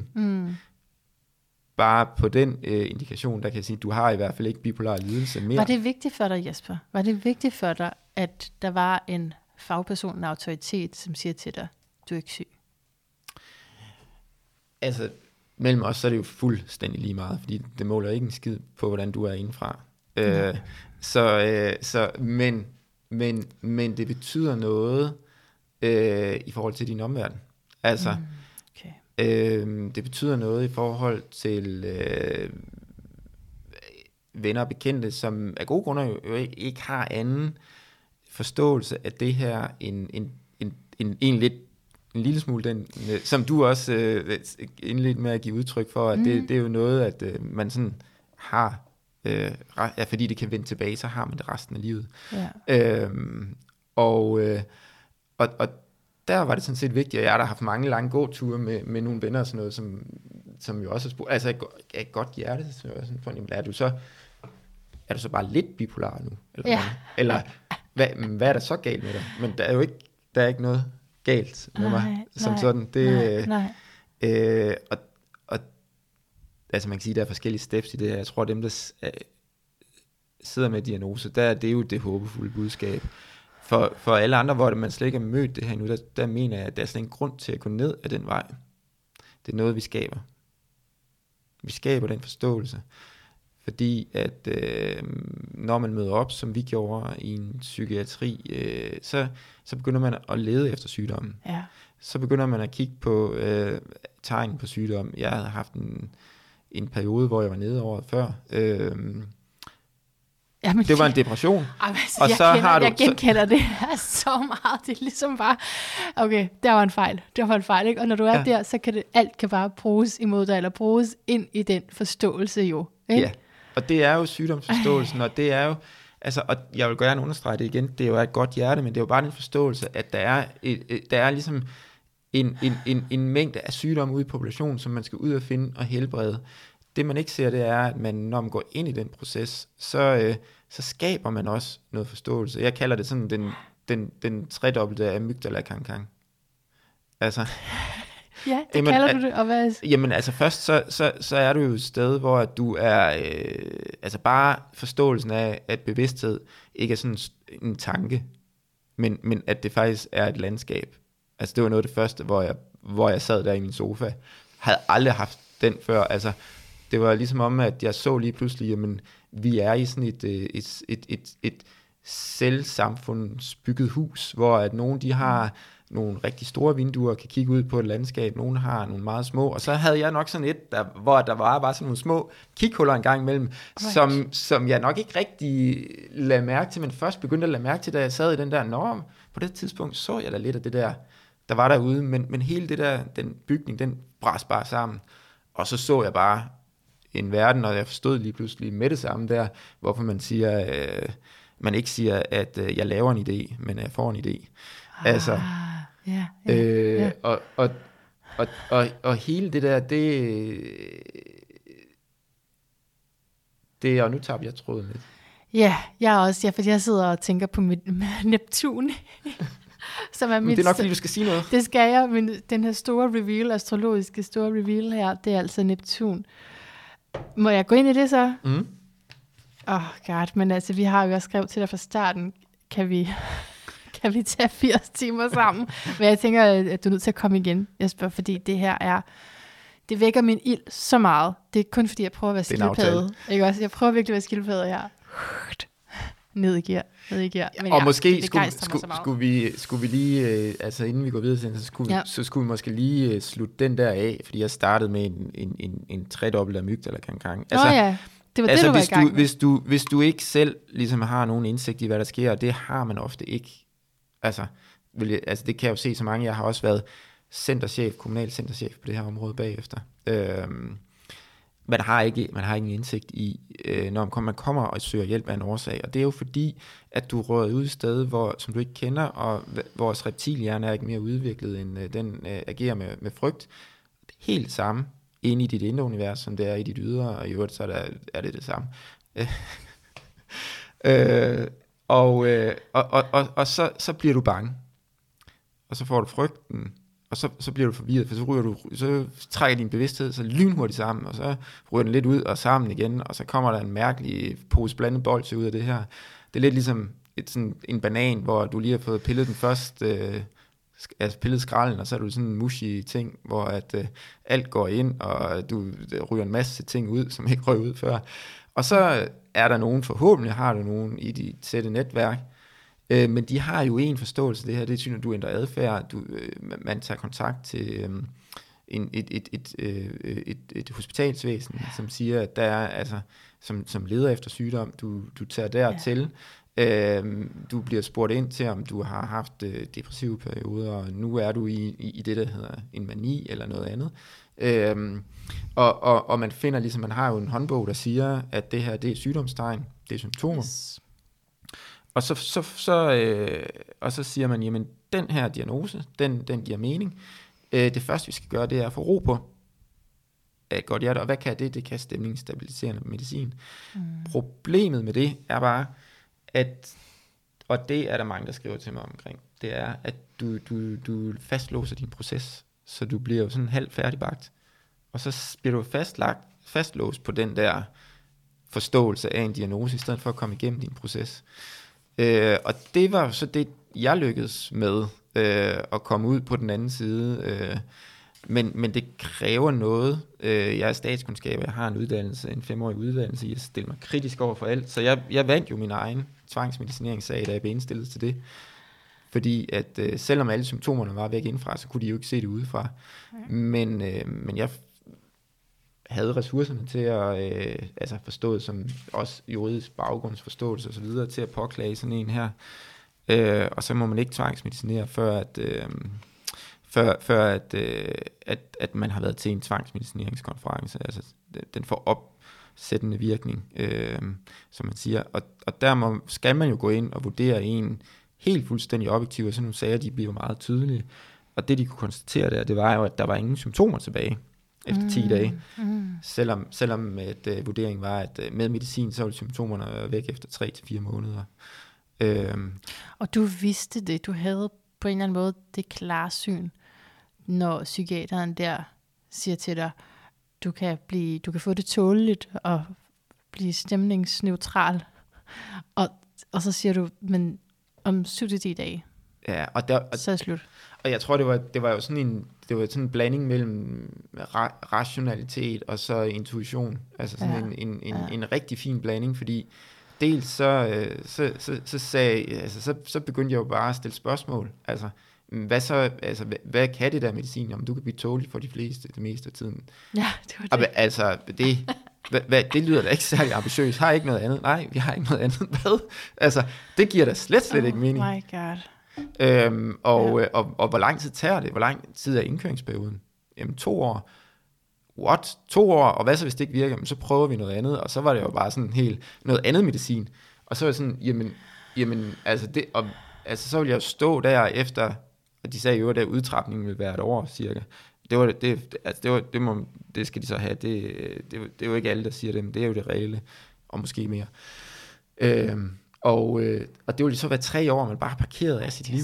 Bare på den indikation, der kan jeg sige, at du har i hvert fald ikke bipolar lidelse mere. Var det vigtigt for dig, Jesper? Var det vigtigt for dig, at der var en fagperson, en autoritet, som siger til dig, du er ikke syg? Altså, mellem os, så er det jo fuldstændig lige meget, fordi det måler ikke en skid på, hvordan du er indenfra. Men det betyder noget i forhold til din omverden. Altså, det betyder noget i forhold til venner og bekendte, som af gode grunde jo ikke har anden forståelse af det her en lille smule den, som du også indledte med at give udtryk for, at det er jo noget, at man sådan har, fordi det kan vende tilbage, så har man det resten af livet. Ja. Og der var det sådan set vigtigt, og jeg har haft mange lange gåture med nogle venner og sådan noget, som jo også har spurgt, altså et godt hjerte, så jeg sådan for, er du så bare lidt bipolar nu? Eller hvad er der så galt med dig? Men der er ikke noget galt med mig, som sådan. Og altså man kan sige, der er forskellige steps i det her. Jeg tror, dem, der sidder med diagnose, det er jo det håbefulde budskab. For alle andre, hvor man slet ikke har mødt det her nu, der mener jeg, at der er slet ingen grund til at gå ned ad den vej. Det er noget, vi skaber. Vi skaber den forståelse. Fordi at når man møder op, som vi gjorde i en psykiatri, så begynder man at lede efter sygdommen. Ja. Så begynder man at kigge på tegn på sygdom. Jeg havde haft en periode, hvor jeg var nede året før. Det var en depression. Og jeg genkender det her så meget. Det er ligesom bare, okay, der var en fejl. Ikke? Og når du er der, så alt kan bare bruges imod dig, eller bruges ind i den forståelse jo. Ikke? Ja, og det er jo sygdomsforståelsen, og det er jo, Altså, og jeg vil gerne understrege det igen, det er jo et godt hjerte, men det er jo bare den forståelse, at der er ligesom en mængde af sygdomme ude i populationen, som man skal ud og finde og helbrede. Det man ikke ser, det er, at man, når man går ind i den proces, så skaber man også noget forståelse. Jeg kalder det sådan den tredobbelte af amygdala-kankang. Altså, ja, det kalder du det. Og hvad? Jamen altså først, så er du jo et sted, hvor du er, altså bare forståelsen af, at bevidsthed ikke er sådan en tanke, men at det faktisk er et landskab. Altså det var noget af det første, hvor jeg sad der i min sofa. Havde aldrig haft den før. Altså det var ligesom om, at jeg så lige pludselig, jamen vi er i sådan et selvsamfundsbygget hus, hvor at nogen de har nogle rigtig store vinduer, kan kigge ud på et landskab, nogle har nogle meget små, og så havde jeg nok sådan et, hvor der var bare sådan nogle små kighuller en gang imellem, som jeg nok ikke rigtig lagde mærke til, men først begyndte at lade mærke til, da jeg sad i den der norm. På det tidspunkt så jeg da lidt af det der var derude, men hele det der, den bygning, den brast bare sammen, og så jeg bare en verden, og jeg forstod lige pludselig med det samme der, hvorfor man siger, man ikke siger, at jeg laver en idé, men jeg får en idé. Altså, og hele det der, det og nu tager jeg tråden lidt. Ja, jeg også, fordi jeg sidder og tænker på mit Neptun, som er mit... Det er nok, fordi du skal sige noget. Det skal jeg, men den her store reveal, astrologiske store reveal her, det er altså Neptun. Må jeg gå ind i det så? God, men altså, vi har jo også skrevet til dig fra starten, kan vi tage 80 timer sammen? Men jeg tænker, at du er nødt til at komme igen, Jesper, fordi det her det vækker min ild så meget. Det er kun fordi, jeg prøver at være skildpadde. Ikke også? Jeg prøver virkelig at være skildpadde her. Ned i gear. Men og måske skulle vi lige, altså inden vi går videre, så skulle vi måske lige slutte den der af, fordi jeg startede med en tredobbelt amygdala-kankang. Altså, det var det, du var i gang med. Hvis du ikke selv ligesom har nogen indsigt i, hvad der sker, og det har man ofte ikke. Altså det kan jeg jo se så mange. Jeg har også været kommunal centerchef på det her område bagefter. Man har ingen indsigt i, når man kommer og søger hjælp af en årsag. Og det er jo fordi, at du rører ud et sted, som du ikke kender, og vores reptilhjerne er ikke mere udviklet, end den agerer med frygt. Helt samme inde i dit indre univers, som det er i dit ydre, og i øvrigt så er det samme. Og så bliver du bange. Og så får du frygten, og så bliver du forvirret, for så trækker din bevidsthed så lynhurtigt sammen, og så ryger den lidt ud og sammen igen, og så kommer der en mærkelig pose blandet bolsje ud af det her. Det er lidt ligesom en banan, hvor du lige har fået pillet den første, pillet skralden, og så er du sådan en mushy ting, hvor at alt går ind, og du ryger en masse ting ud, som ikke røg ud før. Og så er der forhåbentlig har du nogen i dit sætte netværk, men de har jo en forståelse af det her. Det er tydeligt, at du ændrer adfærd. Man tager kontakt til et hospitalsvæsen, som siger, at der er, altså, som leder efter sygdom, du tager dertil. Du bliver spurgt ind til, om du har haft depressive perioder, og nu er du i det, der hedder en mani eller noget andet. Og man finder ligesom, man har jo en håndbog, der siger, at det her, det er sygdomstegn, det er symptomer. Yes. Og så siger man, jamen den her diagnose, den giver mening. Det første vi skal gøre, det er at få ro på. Godt hjerte, og hvad kan det? Det kan stemningsstabiliserende medicin. Problemet med det er bare, at, og det er der mange, der skriver til mig omkring, det er, at du fastlåser din proces, så du bliver jo sådan halvt færdigbagt, og så bliver du fastlåst på den der forståelse af en diagnose, i stedet for at komme igennem din proces. Og det var så det, jeg lykkedes med, at komme ud på den anden side. Men det kræver noget. Jeg er statskundskab, jeg har en uddannelse, en 5-årig uddannelse, jeg stiller mig kritisk over for alt. Så jeg vandt jo min egen tvangsmedicineringssag, da jeg blev indstillet til det. Fordi at selvom alle symptomerne var væk indfra, så kunne de jo ikke se det udefra. Men jeg havde ressourcerne til at forstået som også juridisk baggrundsforståelse og så videre, til at påklage sådan en her. Og så må man ikke tvangsmedicinere, før at man har været til en tvangsmedicineringskonference. Altså, den får sættende virkning, som man siger. Og der skal man jo gå ind og vurdere en helt fuldstændig objektiv, og sådan nogle sager, de bliver meget tydelige. Og det, de kunne konstatere der, det var jo, at der var ingen symptomer tilbage efter 10 dage. Selvom vurderingen var, at med medicin, så ville symptomerne være væk efter 3-4 måneder. Og du vidste det, du havde på en eller anden måde det klarsyn, når psykiateren der siger til dig, du kan få det tåleligt og blive stemningsneutral, og så siger du, men om 7-10 dage, ja, så er det slut. Og jeg tror, det var jo sådan en blanding mellem rationalitet og så intuition. Altså sådan en rigtig fin blanding, fordi dels så begyndte jeg jo bare at stille spørgsmål. Altså, hvad kan det der medicin? Om du kan blive tålig for de fleste, det meste af tiden. Ja, det var det. Altså, det lyder da ikke særlig ambitiøst. Har I ikke noget andet? Nej, vi har ikke noget andet. Hvad? Altså, det giver da slet ikke mening. Oh my god. Og hvor lang tid tager det? Hvor lang tid er indkøringsperioden? Jamen 2 år. What? 2 år? Og hvad så hvis det ikke virker? Men så prøver vi noget andet. Og så var det jo bare sådan helt noget andet medicin. Og så var det sådan, jamen altså så ville jeg jo stå der efter, og de sagde jo, at udtrapningen ville være 1 år cirka. Det skal de så have. Det er jo ikke alle, der siger det, men det er jo det reelle, og måske mere. Og det ville så være 3 år, man bare har parkeret af sit liv.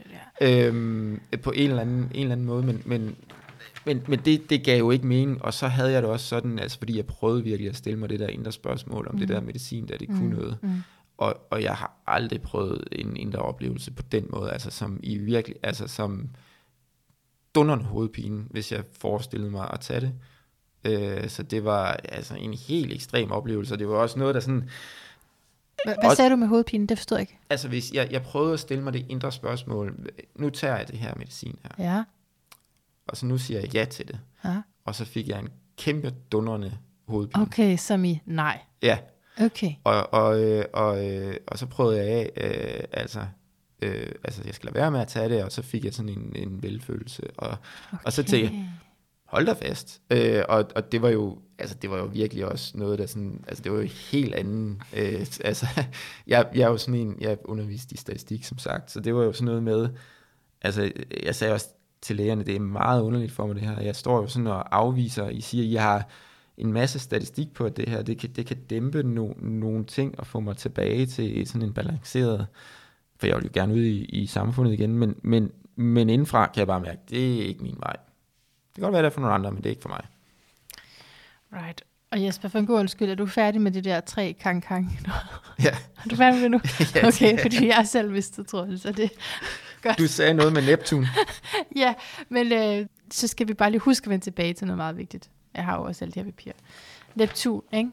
På en eller anden måde, men det gav jo ikke mening, og så havde jeg det også sådan, altså fordi jeg prøvede virkelig at stille mig det der indre spørgsmål om det der medicin, der det kunne noget. Og jeg har aldrig prøvet en indre oplevelse på den måde, altså som i virkelig, altså som dundrende hovedpine, hvis jeg forestillede mig at tage det. Så det var altså en helt ekstrem oplevelse, og det var også noget, der sådan... Hvad sagde du med hovedpine? Det forstod jeg ikke. Altså hvis jeg prøvede at stille mig det indre spørgsmål, nu tager jeg det her medicin her. Ja. Og så nu siger jeg ja til det. Ja. Og så fik jeg en kæmpe dundrende hovedpine. Okay, som i nej. Ja. Okay. Og så prøvede jeg af, altså jeg skal lade være med at tage det, og så fik jeg sådan en velfølelse, og så tænkte jeg, hold da fast. Og det var jo, altså det var jo virkelig også noget, der sådan, altså det var jo helt anden, altså jeg er jo sådan en, jeg underviste i statistik, som sagt, så det var jo sådan noget med, altså jeg sagde også til lægerne, det er meget underligt for mig det her, jeg står jo sådan og afviser, I siger, I har en masse statistik på, at det her, det kan dæmpe nogle ting, og få mig tilbage til sådan en balanceret, for jeg vil jo gerne ud i samfundet igen, men indenfra kan jeg bare mærke, det er ikke min vej. Det kan godt være, det er for nogle andre, men det er ikke for mig. Right. Og Jesper, for en god undskyld, er du færdig med det der 3 kang? Ja. Er du færdig med det nu? Ja, okay, fordi jeg selv vidste, tror jeg, så det godt. Du sagde noget med Neptun. Ja, men så skal vi bare lige huske at vende tilbage til noget meget vigtigt. Jeg har jo også alle de her papirer. Neptun, ikke?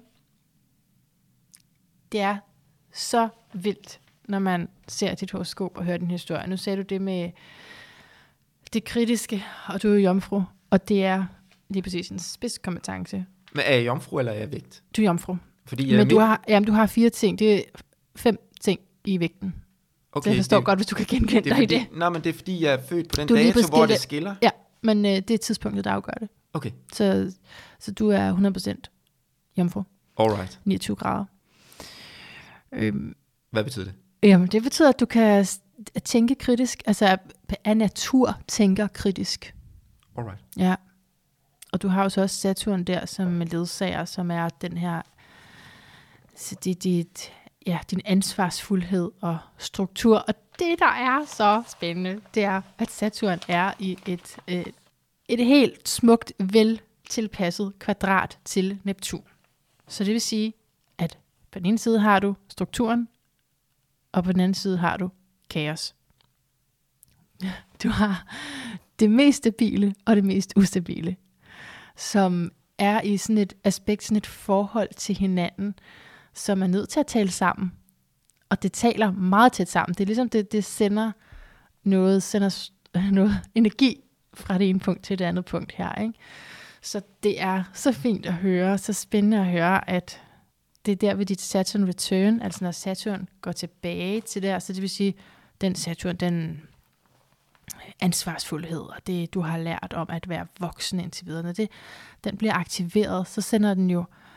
Det er så vildt, når man ser dit horoskop og hører den historie. Nu sagde du det med det kritiske, og du er jo jomfru, og det er lige præcis en spidskompetence. Men er jeg jomfru, eller er jeg vægt? Du er jomfru. Fordi men du har 4 ting. Det er 5 ting i vægten. Okay, så jeg forstår godt, hvis du kan genkende dig i det. Nej, men det er fordi, jeg er født på den dato, hvor det skiller. Ja, men det er tidspunktet, der afgør det. Okay. Så du er 100% jomfru. Alright. 29 grader. Hvad betyder det? Jamen, det betyder, at du kan tænke kritisk, altså af natur tænker kritisk. Alright. Ja. Og du har jo så også Saturn der, som ledsager, som er den her, din ansvarsfuldhed og struktur. Og det, der er så spændende, det er, at Saturn er i et helt smukt, vel tilpasset kvadrat til Neptun. Så det vil sige, at på den ene side har du strukturen, og på den anden side har du kaos. Du har det mest stabile og det mest ustabile, som er i sådan et aspekt, sådan et forhold til hinanden, som er nødt til at tale sammen. Og det taler meget tæt sammen. Det er ligesom, det sender noget energi fra det ene punkt til det andet punkt her, ikke? Så det er så fint at høre, så spændende at høre, at det er der ved dit Saturn return, altså når Saturn går tilbage til der, så det vil sige, den Saturn, den ansvarsfuldhed, og det du har lært om at være voksen indtil videre, når den bliver aktiveret, så sender den jo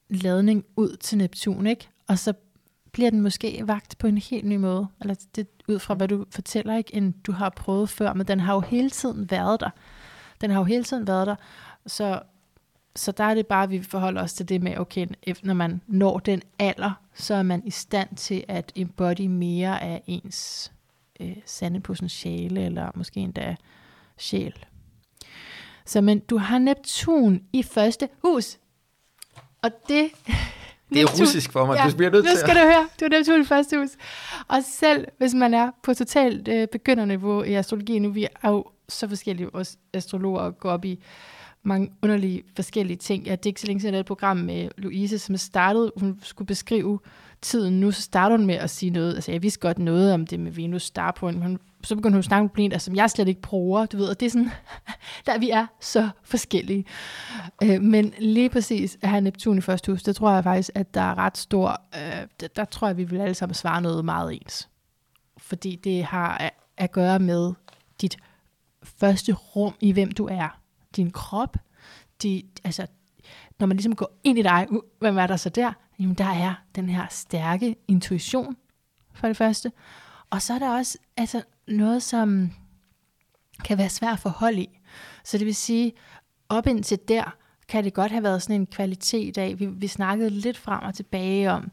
ladning ud til Neptun, ikke? Og så bliver den måske vagt på en helt ny måde, eller det ud fra, hvad du fortæller, ikke, end du har prøvet før, men den har jo hele tiden været der. Så der er det bare, at vi forholder os til det med, okay, når man når den alder, så er man i stand til at embody mere af ens sande potentiale, eller måske endda sjæl. Så men du har Neptun i første hus, og det er russisk for mig, du bliver nødt til nu skal du høre, du har Neptun i første hus. Og selv hvis man er på totalt begynderniveau i astrologi, nu vi er jo så forskellige os astrologer og går op i mange underlige forskellige ting. Det er ikke så længe siden, et program med Louise, som startede, hun skulle beskrive tiden nu, så starter hun med at sige noget. Altså, jeg vidste godt noget om det med Venus star på en, så begyndte hun at snakke om planeter, som jeg slet ikke bruger, du ved, og det er sådan, der vi er så forskellige. Men lige præcis at have Neptun i første hus, det tror jeg faktisk, at der er ret stor, der tror jeg, vi vil alle sammen svare noget meget ens. Fordi det har at gøre med dit første rum i, hvem du er. Din krop, altså, når man ligesom går ind i dig, hvem er der så der? Jamen, der er den her stærke intuition, for det første. Og så er der også altså, noget, som kan være svært at forholde i. Så det vil sige, op indtil der, kan det godt have været sådan en kvalitet af, vi snakkede lidt frem og tilbage om,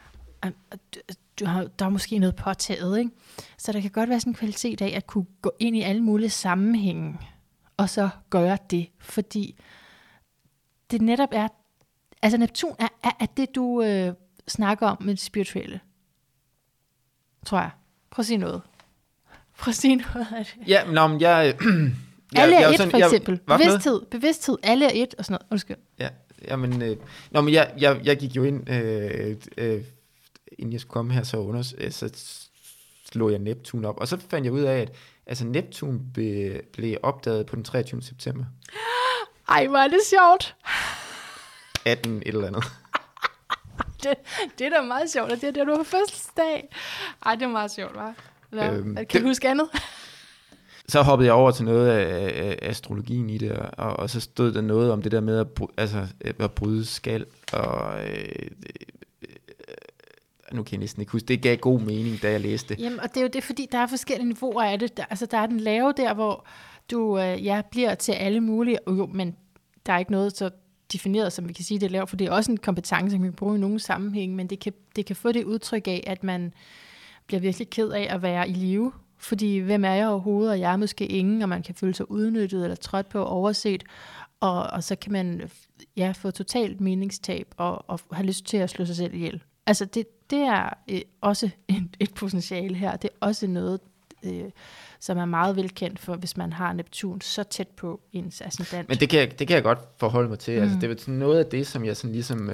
der er måske noget påtaget, ikke? Så der kan godt være sådan en kvalitet af, at kunne gå ind i alle mulige sammenhænge, og så gøre det, fordi det netop er, altså Neptun er det, du snakker om med det spirituelle, tror jeg. Prøv at sige noget. af det. Ja, men alle er et, for eksempel. Bevidsthed, alle er et, og sådan noget. Undskyld. Ja, men jeg gik jo ind, inden jeg skulle komme her, så slog jeg Neptun op, og så fandt jeg ud af, at altså Neptun blev opdaget på den 23. september. Ej, hvor er det sjovt. 18 et eller andet. det er da meget sjovt, og det er det, du har fødselsdag. Ej, det er meget sjovt, hva'? Kan du huske andet? Så hoppede jeg over til noget af astrologien i det, og så stod der noget om det der med at bryde skal, og nu kan jeg næsten ikke huske, det gav god mening, da jeg læste det. Jamen, og det er jo det, fordi der er forskellige niveauer af det. Der er den lave der, hvor du bliver til alle mulige, men der er ikke noget så defineret, som vi kan sige, det er lavt, for det er også en kompetence, som vi kan bruge i nogle sammenhænge, men det kan få det udtryk af, at man bliver virkelig ked af at være i live, fordi hvem er jeg overhovedet, og jeg er måske ingen, og man kan føle sig udnyttet eller trådt på og overset, og så kan man få totalt meningstab og have lyst til at slå sig selv ihjel. Altså det er også et potentiale her. Det er også noget, som er meget velkendt for, hvis man har Neptun så tæt på ens ascendant. Men det kan jeg godt forholde mig til. Altså, det er sådan noget af det, som jeg sådan ligesom...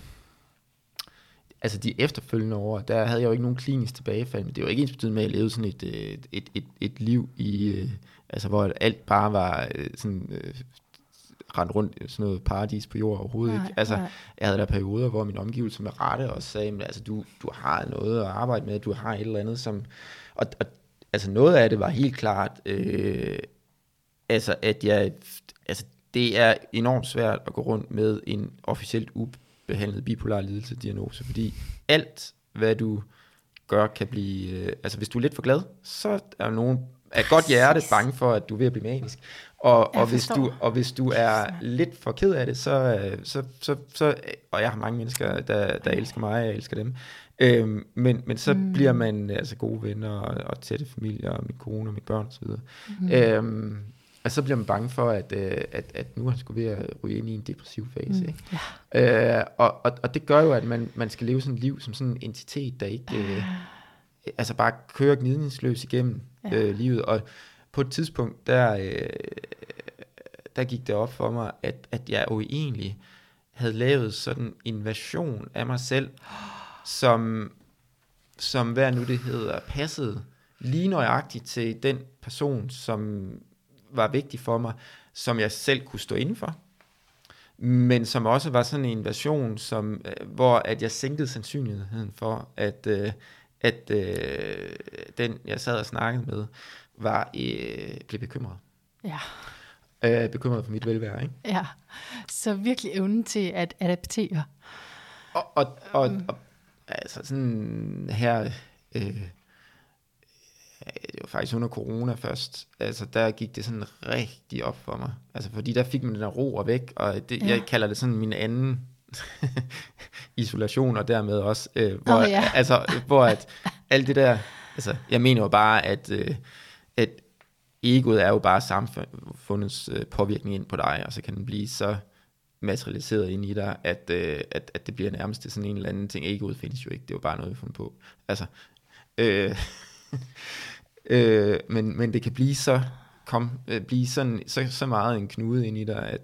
altså de efterfølgende år, der havde jeg jo ikke nogen klinisk tilbagefald, men det var ikke ensbetydende med, at jeg levede sådan et liv i... altså hvor alt bare var sådan... rendt rundt i sådan noget paradis på jord overhovedet ikke. Altså, jeg havde der perioder, hvor min omgivelse med rette også sagde, men altså, du har noget at arbejde med, du har et eller andet, som... Og altså, noget af det var helt klart, altså, at jeg... Altså, det er enormt svært at gå rundt med en officielt ubehandlet bipolar lidelse-diagnose, fordi alt, hvad du gør, kan blive... altså, hvis du er lidt for glad, så er nogen af godt hjerte bange for, at du er ved at blive manisk. Og hvis du er lidt for ked af det, så og jeg har mange mennesker, der elsker mig, og jeg elsker dem, men så bliver man altså gode venner og tætte familier, og min kone og mine børn osv. Og så bliver man bange for, at nu er han sgu ved at ryge ind i en depressiv fase. Ikke? Ja. Og det gør jo, at man skal leve sådan et liv som sådan en entitet, der ikke altså bare kører gnidningsløs igennem livet. Og på et tidspunkt, der gik det op for mig, at jeg jo egentlig havde lavet sådan en version af mig selv, som hvad nu det hedder, passede lige nøjagtigt til den person, som var vigtig for mig, som jeg selv kunne stå indenfor, men som også var sådan en version, hvor at jeg sænkede sandsynligheden for, at den, jeg sad og snakkede med, blev bekymret. Ja. bekymret for mit velvære, ikke? Ja, så virkelig evnen til at adaptere. Og altså sådan her, det var faktisk under corona først, altså der gik det sådan rigtig op for mig, altså fordi der fik man den der ro og væk, og det, jeg kalder det sådan min anden isolation, og dermed også, hvor at alt det der, altså jeg mener jo bare, at egoet er jo bare samfundets påvirkning ind på dig, og så kan den blive så materialiseret ind i dig, at det bliver nærmest til sådan en eller anden ting. Egoet findes jo ikke, det er jo bare noget, vi har fundet på. Altså, men det kan blive så meget en knude ind i dig,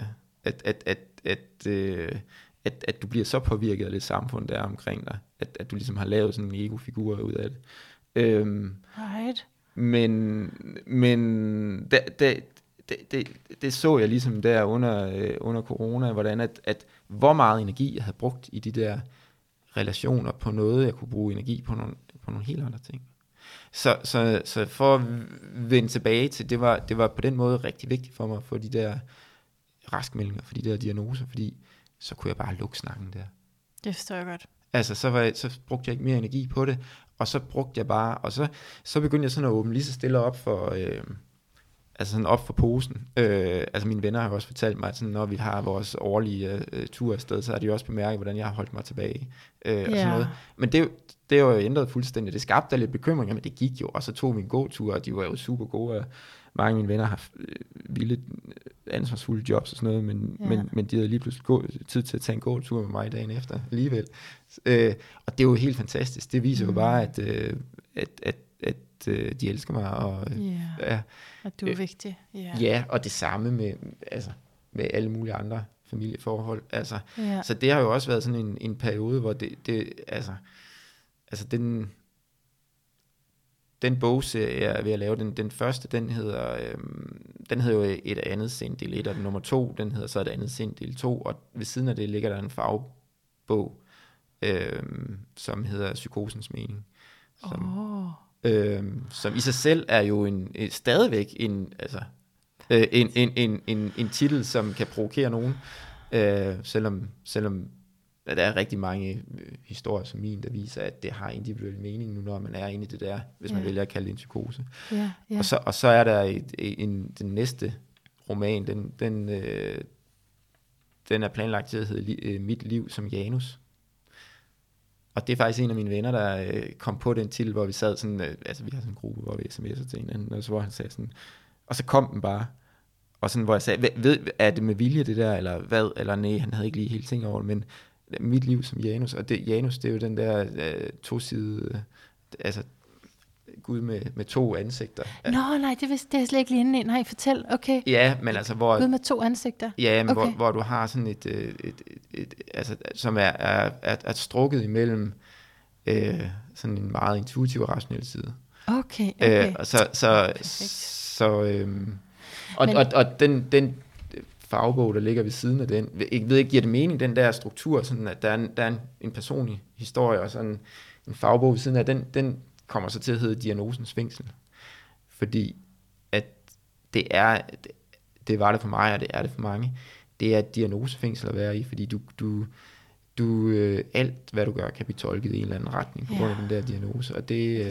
at du bliver så påvirket af det samfund, der er omkring dig, at du ligesom har lavet sådan en ego-figur ud af det. Right. Men det så jeg ligesom der under corona, hvordan at hvor meget energi jeg havde brugt i de der relationer på noget, jeg kunne bruge energi på nogle helt andre ting. Så for at vende tilbage til, det var på den måde rigtig vigtigt for mig at få de der raskmeldinger, for de der diagnoser, fordi så kunne jeg bare lukke snakken der. Det forstår jeg godt. Altså så brugte jeg ikke mere energi på det, og så brugte jeg bare, og så begyndte jeg sådan at åbne lige så stille op for, altså sådan op for posen. Altså mine venner har også fortalt mig, at sådan, når vi har vores årlige tur afsted, så har de også bemærket, hvordan jeg har holdt mig tilbage. Og sådan noget. Men det er jo ændret fuldstændig. Det skabte lidt bekymringer, men det gik jo, og så tog vi en god tur, og de var jo super gode, og mange af mine venner har vildt ansvarsfulde jobs og sådan noget, men de havde lige pludselig tid til at tage en god tur med mig dagen efter alligevel. Og det er jo helt fantastisk. Det viser jo bare, at de elsker mig. Og, at du er vigtig. Ja, og det samme med alle mulige andre familieforhold. Altså, så det har jo også været sådan en periode, hvor det altså den bogserie, jeg er ved at lave, den første, den hedder jo et andet sind, del 1, og den nummer 2, den hedder så et andet sind, del 2, og ved siden af det ligger der en fagbog, som hedder Psykosens mening, som i sig selv er jo stadigvæk en titel, som kan provokere nogen, selvom der er rigtig mange historier som min, der viser, at det har individuel mening nu, når man er inde i det der, hvis man vælger at kalde det en psykose. Og så er der den næste roman, den er planlagt til at hedde Mit liv som Janus. Og det er faktisk en af mine venner, der kom på den til, hvor vi sad sådan, altså vi har sådan en gruppe, hvor vi sms'er til hinanden, og så hvor han sagde sådan, og så kom den bare, og sådan, hvor jeg sagde, er det med vilje det der, eller hvad, eller nej, han havde ikke lige helt tænkt over det, men mit liv som Janus, og Janus, det er jo den der tosidede, altså Gud med to ansigter. Nå, nej, det er jeg slet ikke lige inde i. Nej, fortæl, okay. Ja, men altså hvor... Gud med to ansigter? Ja, men okay. hvor du har sådan et altså, som er strukket imellem sådan en meget intuitiv og rationel side. Okay. Og den fagbog, der ligger ved siden af den, jeg ved ikke, giver det mening, den der struktur, sådan at der er en personlig historie, og sådan en fagbog ved siden af, den kommer så til at hedde Diagnosens fængsel. Fordi at det var det for mig, og det er det for mange, det er et diagnosefængsel at være i, fordi du alt, hvad du gør, kan blive tolket i en eller anden retning, på grund af den der diagnose, og det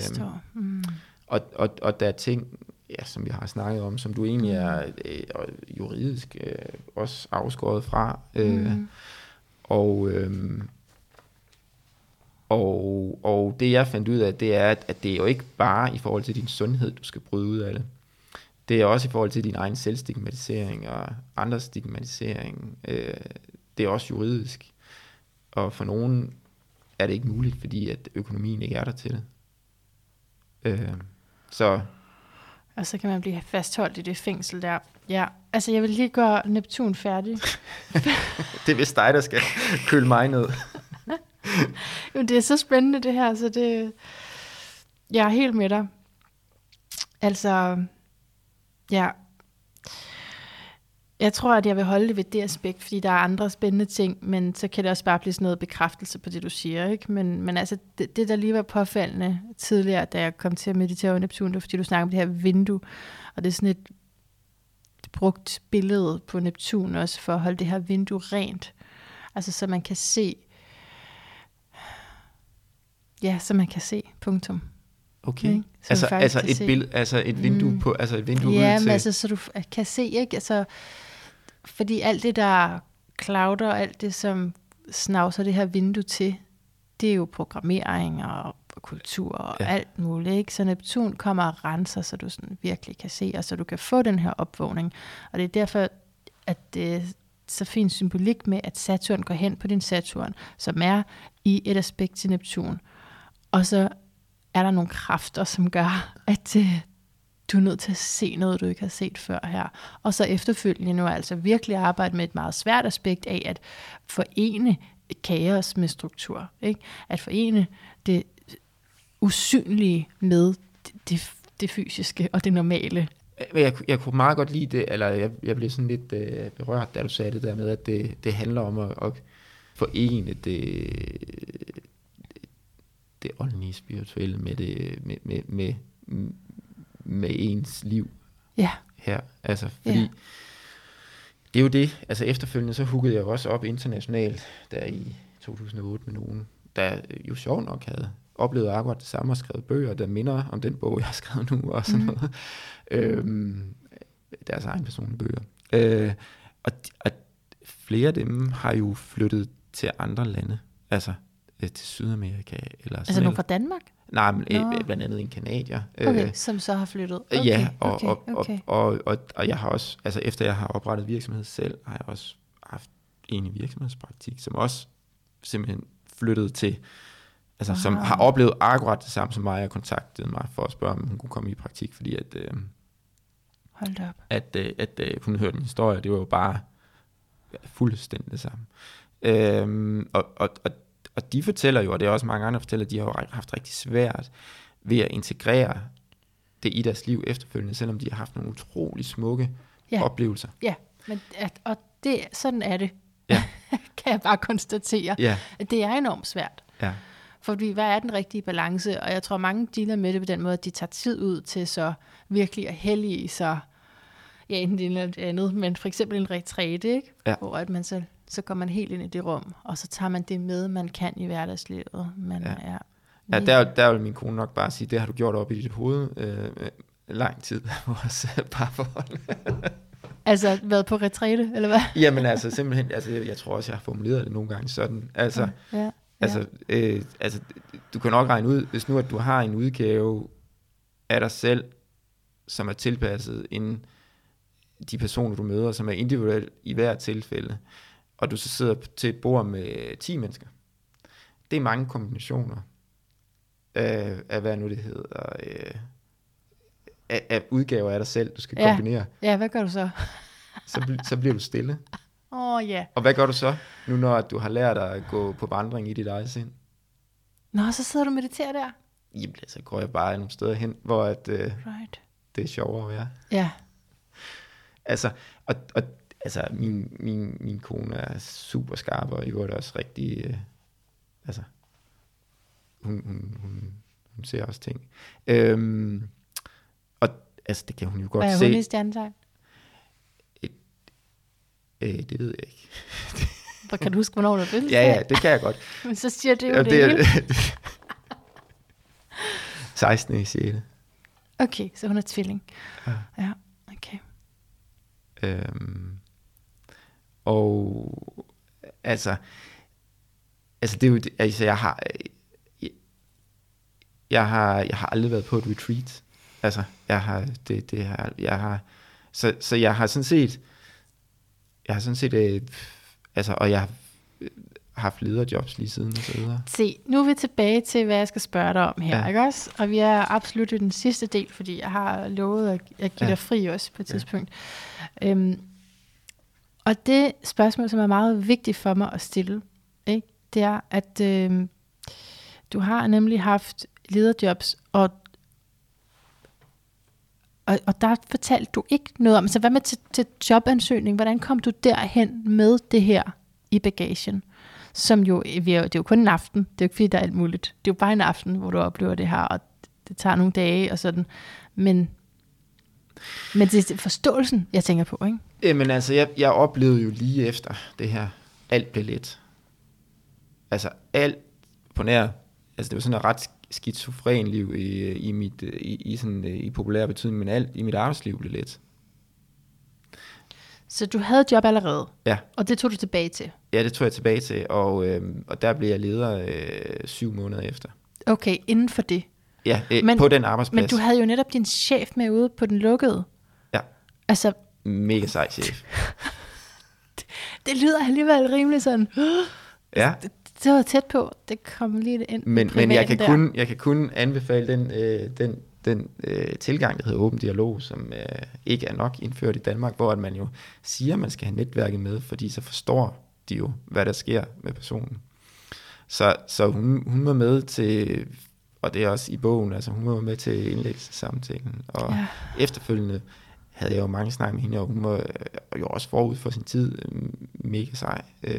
og der er ting, som vi har snakket om, som du egentlig er juridisk også afskåret fra. Og det jeg fandt ud af, det er, at det er jo ikke bare i forhold til din sundhed, du skal bryde ud af det. Det er også i forhold til din egen selvstigmatisering og andres stigmatisering. Det er også juridisk. Og for nogen er det ikke muligt, fordi at økonomien ikke er der til det. Og så kan man blive fastholdt i det fængsel der. Ja, altså jeg vil lige gøre Neptun færdig. Det er vist dig, der skal køle mig ned. Jo, det er så spændende det her, så det... Jeg er helt med dig. Altså, ja. Jeg tror, at jeg vil holde det ved det aspekt, fordi der er andre spændende ting, men så kan det også bare blive sådan noget bekræftelse på det, du siger, ikke? Men altså, det der lige var påfaldende tidligere, da jeg kom til at meditere over Neptun, det var, fordi du snakker om det her vindue, og det er sådan et brugt billedet på Neptun også for at holde det her vindue rent. Altså så man kan se, punktum. Okay. Altså et billede, altså et vindue på, altså et vindue ud til. Ja, men altså så du kan se, ikke? Altså fordi alt det der clouder, alt det som snavser det her vindue til, det er jo programmering og kultur og alt muligt, ikke? Så Neptun kommer og renser, så du sådan virkelig kan se, og så du kan få den her opvågning. Og det er derfor, at det er så fin symbolik med, at Saturn går hen på din Saturn, som er i et aspekt til Neptun. Og så er der nogle kræfter, som gør, at du er nødt til at se noget, du ikke har set før her. Og så efterfølgende nu altså virkelig arbejde med et meget svært aspekt af at forene kaos med struktur. Ikke? At forene det usynlige med det fysiske og det normale. Jeg kunne meget godt lide det, eller jeg blev sådan lidt berørt, da du sagde det der med, at det handler om at forene det åndelige, spirituelle med ens liv her. Altså, fordi det er jo det, altså efterfølgende så huggede jeg også op internationalt, der i 2008 med nogen, der jo sjovt nok havde oplevet akkurat det samme og skrevet bøger, der minder om den bog, jeg har skrevet nu, og sådan noget. Deres egen personlige bøger. Og flere af dem har jo flyttet til andre lande, altså til Sydamerika. Eller altså nogen fra Danmark? Nej, men blandt andet en canadier. Okay, som så har flyttet. Okay, ja, okay. Og jeg har også, altså efter jeg har oprettet virksomhed selv, har jeg også haft en i virksomhedspraktik, som også simpelthen flyttet til, altså som har oplevet akkurat det samme som mig, og kontaktede mig for at spørge, om hun kunne komme i praktik, fordi hold da op. At hun hørte en historie, det var jo bare fuldstændig det samme. Og de fortæller jo, og det er også mange andre fortæller, de har jo haft rigtig svært ved at integrere det i deres liv efterfølgende, selvom de har haft nogle utrolig smukke oplevelser. Ja, men og sådan er det, kan jeg bare konstatere. Ja. At det er enormt svært. Ja. Fordi hvad er den rigtige balance? Og jeg tror, mange dealer med det på den måde, at de tager tid ud til så virkelig at hellige sig, ja, enten det eller andet, men for eksempel en retræte, ikke? Ja. Hvor at man så går man helt ind i det rum, og så tager man det med, man kan i hverdagslivet. Der vil min kone nok bare sige, det har du gjort op i dit hoved lang tid, vores parforhold. Altså været på retræte, eller hvad? Jamen altså simpelthen, altså jeg tror også, jeg har formuleret det nogle gange sådan. Altså, altså du kan nok regne ud, hvis nu at du har en udgave af dig selv, som er tilpasset inden de personer, du møder, som er individuelt i hver tilfælde, og du så sidder til et bord med 10 mennesker. Det er mange kombinationer af hvad nu det hedder, af udgaver af dig selv, du skal kombinere. Ja, hvad gør du så? så bliver du stille. Ja. Og hvad gør du så, nu når du har lært dig at gå på vandring i dit eget sind? Nå, så sidder du og mediterer der? Jamen, så går jeg bare nogle steder hen, hvor det er sjovere at være. Ja. Altså, og altså, min kone er super skarp, og i øvrigt også rigtig, altså, hun ser også ting. Og altså, det kan hun jo godt se. Hvad er hun i stjernetegn? Det ved jeg ikke. Hvor kan du huske, hvornår du er fødselsdag? Ja, det kan jeg godt. Men så siger det jo det ikke. 16. i 6. Okay, så hun er tvilling. Ja, okay. Og altså det er jo altså jeg har aldrig været på et retreat. Altså jeg har så jeg har sådan set altså, og jeg har haft lederjobs lige siden og så videre. Se, nu er vi tilbage til, hvad jeg skal spørge dig om her, ikke også? Og vi er absolut i den sidste del, fordi jeg har lovet at give dig fri også på et tidspunkt. Og det spørgsmål, som er meget vigtigt for mig at stille, ikke? Det er, at du har nemlig haft lederjobs, og der fortalte du ikke noget om, så hvad med til jobansøgning? Hvordan kom du derhen med det her i bagagen? Som jo, det er jo kun en aften, det er jo ikke fordi, der er alt muligt. Det er jo bare en aften, hvor du oplever det her, og det tager nogle dage og sådan. Men Men det er forståelsen, jeg tænker på, ikke? Jamen altså, jeg oplevede jo lige efter det her, alt blev let. Altså alt på nær, altså det var sådan et ret skizofren liv i populær betydning, men alt i mit arbejdsliv blev let. Så du havde job allerede? Ja. Og det tog du tilbage til? Ja, det tog jeg tilbage til, og der blev jeg leder 7 måneder efter. Okay, inden for det? Ja, på den arbejdsplads. Men du havde jo netop din chef med ude på den lukkede. Ja. Altså, mega sej chef. det lyder alligevel rimelig sådan. Ja. Det var tæt på. Det kom lige ind. Men jeg kan kun anbefale den tilgang, der hedder åben dialog, som ikke er nok indført i Danmark, hvor at man jo siger, at man skal have netværket med, fordi så forstår de jo, hvad der sker med personen. Så hun var med til, og det er også i bogen, altså hun var med til indlæggelsessamtalen, og efterfølgende havde jeg jo mange snak med hende, og hun var jo også forud for sin tid mega sej.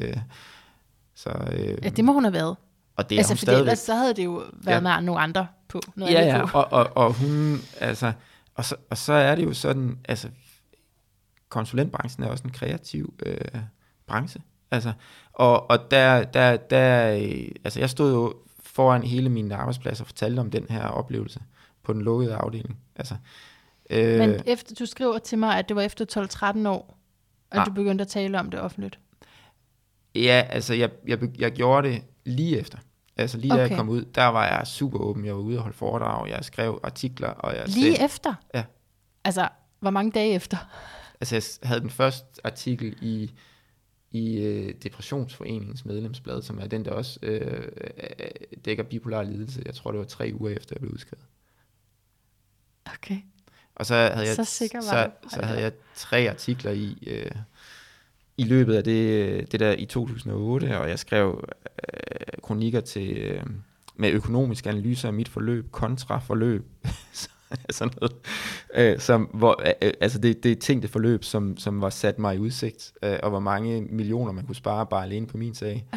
Ja, det må hun have været. Og det er hun stadigvæk. Ellers så havde det jo været med nogle andre på. Og hun, altså, og så er det jo sådan, altså, konsulentbranchen er også en kreativ branche. Altså, og der, altså, jeg stod jo foran hele min arbejdsplads og fortalte om den her oplevelse på den lukkede afdeling. Altså, men efter, du skriver til mig, at det var efter 12-13 år, at du begyndte at tale om det offentligt. Ja, altså jeg gjorde det lige efter. Altså lige da jeg kom ud, der var jeg super åben. Jeg var ude og holde foredrag, jeg skrev artikler. Og jeg lige efter? Ja. Altså, hvor mange dage efter? Altså jeg havde den første artikel i Depressionsforeningens medlemsblad, som er den, der også dækker bipolar lidelse. Jeg tror, det var 3 uger efter, jeg blev udskrevet. Okay. Og så havde jeg, så havde jeg 3 artikler i løbet af det der i 2008, og jeg skrev kronikker til med økonomisk analyse af mit forløb kontra forløb. Sådan noget. Altså det er tænkte forløb, som var sat mig i udsigt, og hvor mange millioner man kunne spare bare alene på min sag.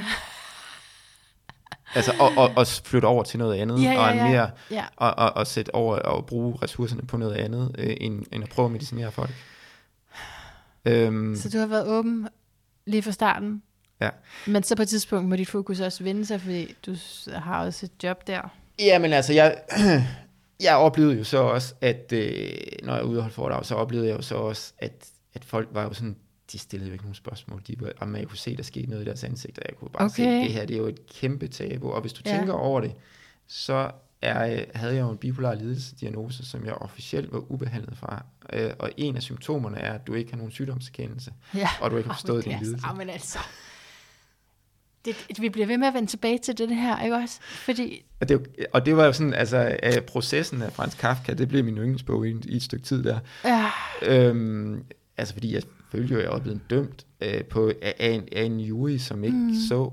Altså og flytte over til noget andet, og sætte over og bruge ressourcerne på noget andet, end at prøve at medicinere folk. Så du har været åben lige fra starten? Ja. Men så på et tidspunkt må dit fokus også vende sig, fordi du har også et job der. Ja, men altså, jeg oplevede jo så også, at når jeg ude og holdt foredrag, så oplevede jeg jo så også, at folk var jo sådan, de stillede jo ikke nogen spørgsmål. Og man kunne se, der skete noget i deres ansigt, og jeg kunne bare se, det her, det er jo et kæmpe tabu. Og hvis du tænker over det, så havde jeg jo en bipolar lidelsesdiagnose, som jeg officielt var ubehandlet fra. Og en af symptomerne er, at du ikke har nogen sygdomserkendelse, og du ikke har forstået din lidelse. Men altså, vi bliver ved med at vende tilbage til det her, ikke også? Fordi... Og det var jo sådan, altså processen af Franz Kafka, det blev min yndlingsbog i et stykke tid der. Ja. Altså fordi jeg følte jo, at jeg var blevet dømt af en jury, som ikke så,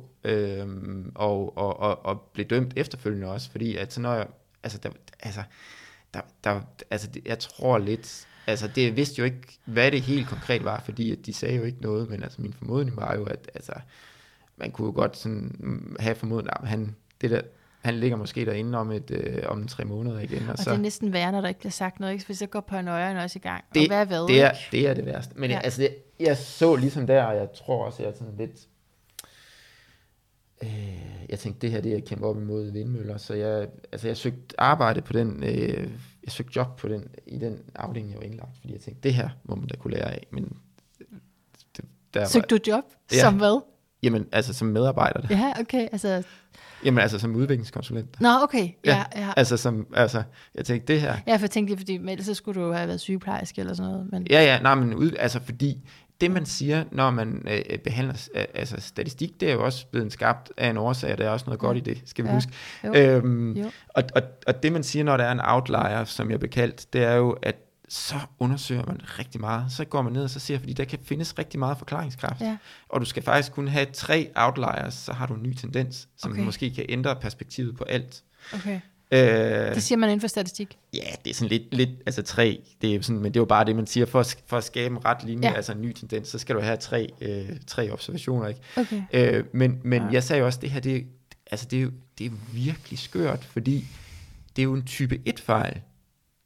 og blev dømt efterfølgende også, fordi at så når jeg, jeg tror lidt, altså det vidste jo ikke, hvad det helt konkret var, fordi at de sagde jo ikke noget, men altså min formodning var jo, at altså, man kunne jo godt sådan have formodet, at han ligger måske derinde om 3 måneder igen. Og så, det er næsten værre, når der ikke bliver sagt noget, ikke? Hvis jeg går på en øjne også i gang. Det, og hvad ved, det er det værste. Men jeg så ligesom der, og jeg tror også, jeg er sådan lidt... jeg tænkte, det her det er at kæmpe op imod vindmøller, så jeg søgte arbejde på den... jeg søgte job på i den afdeling, jeg var indlagt, fordi jeg tænkte, det her må man da kunne lære af. Men søgte du job? Som hvad? Jamen, altså som medarbejder. Ja, okay, altså... Jamen, altså som udviklingskonsulent. Nå, okay, ja. Altså, jeg tænkte, det her... Ja, for jeg tænkte, fordi ellers så skulle du have været sygeplejerske eller sådan noget. Men... fordi det, man siger, når man behandler statistik, det er jo også blevet skabt af en årsag, og der er også noget godt i det, skal vi huske. Og det, man siger, når der er en outlier, som jeg blev kaldt, det er jo, at så undersøger man rigtig meget. Så går man ned og så ser, fordi der kan findes rigtig meget forklaringskraft. Ja. Og du skal faktisk kun have 3 outliers, så har du en ny tendens, som måske kan ændre perspektivet på alt. Okay. Det siger man inden for statistik? Ja, det er sådan lidt altså 3, det er sådan, men det er jo bare det, man siger, for at skabe en ret linje, altså en ny tendens, så skal du have 3 observationer, ikke? Okay. Men jeg sagde jo også, det her, det er virkelig skørt, fordi det er jo en type 1-fejl.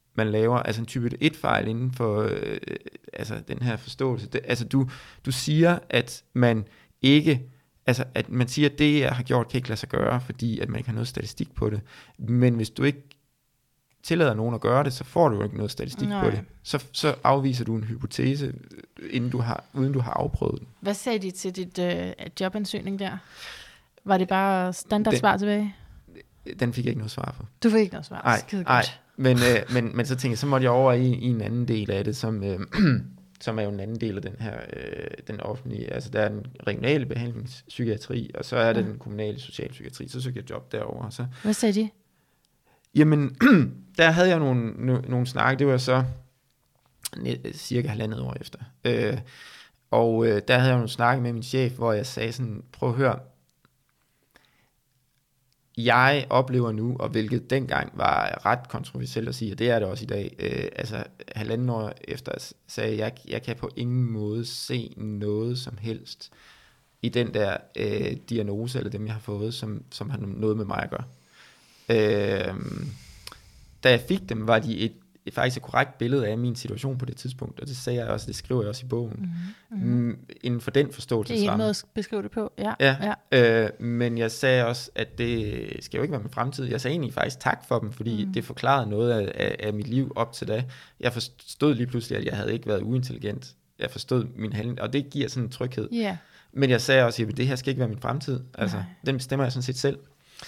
man laver, altså en type 1-fejl inden for altså den her forståelse. Altså du siger, at man ikke, altså at man siger, at det, jeg har gjort, kan ikke lade sig gøre, fordi at man ikke har noget statistik på det. Men hvis du ikke tillader nogen at gøre det, så får du jo ikke noget statistik på det. Så afviser du en hypotese, uden du har afprøvet den. Hvad sagde de til dit jobansøgning der? Var det bare standardsvar tilbage? Den fik jeg ikke noget svar på. Du fik ikke noget svar? Nej. Men så tænkte jeg, så måtte jeg over i en anden del af det, som er jo en anden del af den her, den offentlige, altså der er den regionale behandlingspsykiatri, og så er det den kommunale socialpsykiatri, så søgte jeg job derovre. Så. Hvad sagde de? Jamen, der havde jeg nogle snakke, det var så cirka 1,5 år efter. Og der havde jeg nogle snakke med min chef, hvor jeg sagde sådan, prøv at høre, jeg oplever nu, og hvilket dengang var ret kontroversielt at sige, og det er det også i dag, altså 1,5 år efter sagde jeg kan på ingen måde se noget som helst i den der diagnose, eller dem jeg har fået, som har noget med mig at gøre. Da jeg fik dem, var de faktisk et korrekt billede af min situation på det tidspunkt, og det sagde jeg også, det skriver jeg også i bogen, inden for den forståelsesramme. Det er en måde at beskrive det på, ja. Men jeg sagde også, at det skal jo ikke være min fremtid. Jeg sagde egentlig faktisk tak for dem, fordi det forklarede noget af mit liv op til da. Jeg forstod lige pludselig, at jeg havde ikke været uintelligent. Jeg forstod min handling, og det giver sådan en tryghed. Yeah. Men jeg sagde også, at det her skal ikke være min fremtid. Altså, den bestemmer jeg sådan set selv.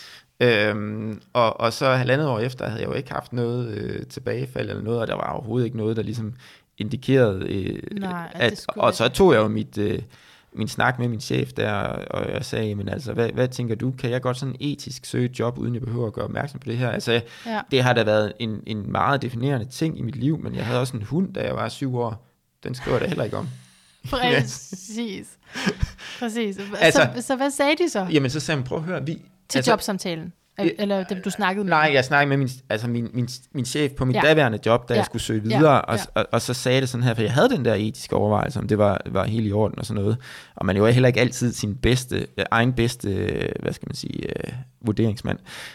Og så 1,5 år efter havde jeg jo ikke haft noget tilbagefald eller noget, og der var overhovedet ikke noget, der ligesom indikerede, og så tog jeg jo min snak med min chef der, og jeg sagde, men altså, hvad tænker du, kan jeg godt sådan etisk søge et job, uden jeg behøver at gøre opmærksom på det her? Altså, det har da været en meget definerende ting i mit liv, men jeg havde også en hund, da jeg var 7 år, den skriver jeg da heller ikke om. Præcis. Altså, så hvad sagde de så? Jamen, så sagde man, prøv at høre, til jobsamtalen? Eller dem, du snakkede med? Nej, jeg snakkede med min chef på mit daværende job, da jeg skulle søge videre, og så sagde det sådan her, for jeg havde den der etiske overvejelse, om det var helt i orden og sådan noget, og man er jo heller ikke altid sin egen bedste, hvad skal man sige, vurderingsmand.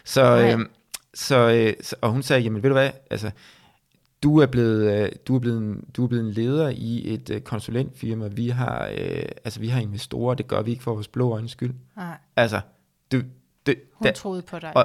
Og hun sagde, jamen ved du hvad, altså, du er blevet en leder i et konsulentfirma, vi har investorer, det gør vi ikke for vores blå øjnes skyld. Nej. Altså, hun troede på dig.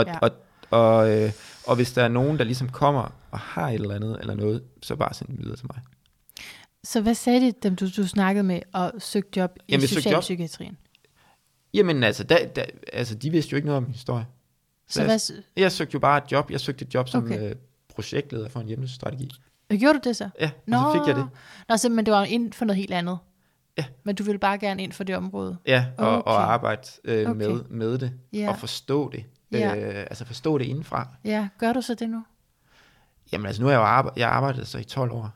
Og hvis der er nogen, der ligesom kommer og har et eller andet eller noget, så bare send dem videre til mig. Så hvad sagde de, dem du snakkede med og søgte job i socialpsykiatrien? Jamen altså, de vidste jo ikke noget om min historie. Jeg søgte jo bare et job. Jeg søgte et job som projektleder for en hjemmelsstrategi. Gjorde du det så? Ja, og så fik jeg det. Men det var inden for noget helt andet? Ja. Men du ville bare gerne ind for det område? Ja, og arbejde med det, og forstå det. Altså forstå det indenfra. Ja, gør du så det nu? Jamen altså, nu har jeg arbejdet så i 12 år.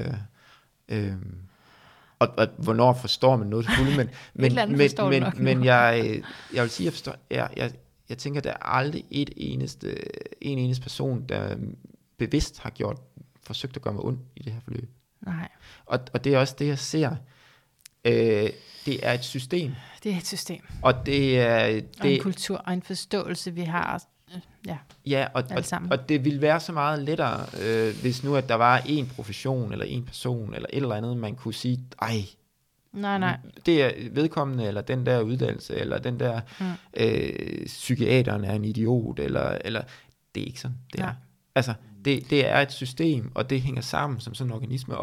Og hvornår forstår man noget til fulde, men jeg vil sige, jeg tænker, der er aldrig en eneste person, der bevidst har forsøgt at gøre mig ondt i det her forløb. Nej. Og det er også det, jeg ser. Det er et system. Det er et system. Og det er en kultur og en forståelse, vi har. Og det ville være så meget lettere, hvis nu at der var en profession eller en person eller et eller andet, man kunne sige, nej. Det er vedkommende, eller den der uddannelse, eller den der psykiateren er en idiot, eller det er ikke sådan, det er. Altså, det er et system, og det hænger sammen som sådan en organisme,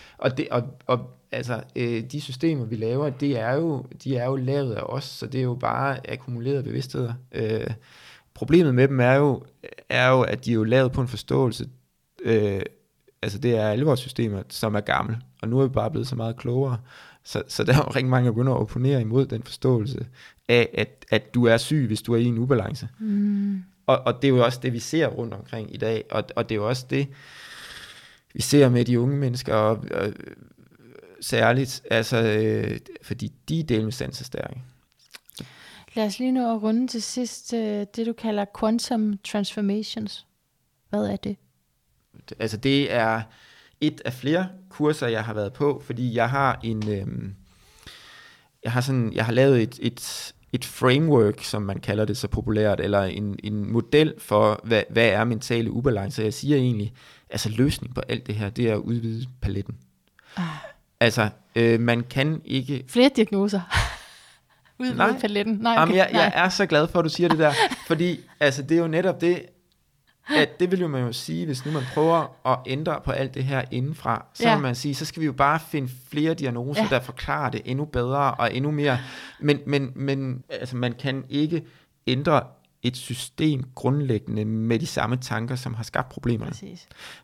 de systemer, vi laver, de er jo lavet af os, så det er jo bare akkumulerede bevidstheder. Problemet med dem er jo, at de er jo lavet på en forståelse, altså det er alle vores systemer, som er gamle, og nu er vi bare blevet så meget klogere, så der er jo rigtig mange, der begynder at opponere imod den forståelse af, at du er syg, hvis du er i en ubalance. Og det er jo også det, vi ser rundt omkring i dag, og det er jo også det, vi ser med de unge mennesker, og særligt, altså, fordi de er delmestandelsestærke. Lad os lige nå at runde til sidst det, du kalder quantum transformations. Hvad er det? Altså, det er et af flere kurser, jeg har været på, fordi jeg har lavet et framework, som man kalder det så populært, eller en model for, hvad er mentale ubalancer. Jeg siger egentlig, altså løsning på alt det her, det er at udvide paletten. Altså, man kan ikke... Flere diagnoser. Udvide paletten. Nej, okay. Jamen, jeg er så glad for, at du siger det der, fordi altså, det er jo netop det, at det vil jo man jo sige, hvis nu man prøver at ændre på alt det her indenfra, så vil man sige, så skal vi jo bare finde flere diagnoser, der forklarer det endnu bedre og endnu mere. Men altså, man kan ikke ændre et system grundlæggende med de samme tanker, som har skabt problemerne. Præcis.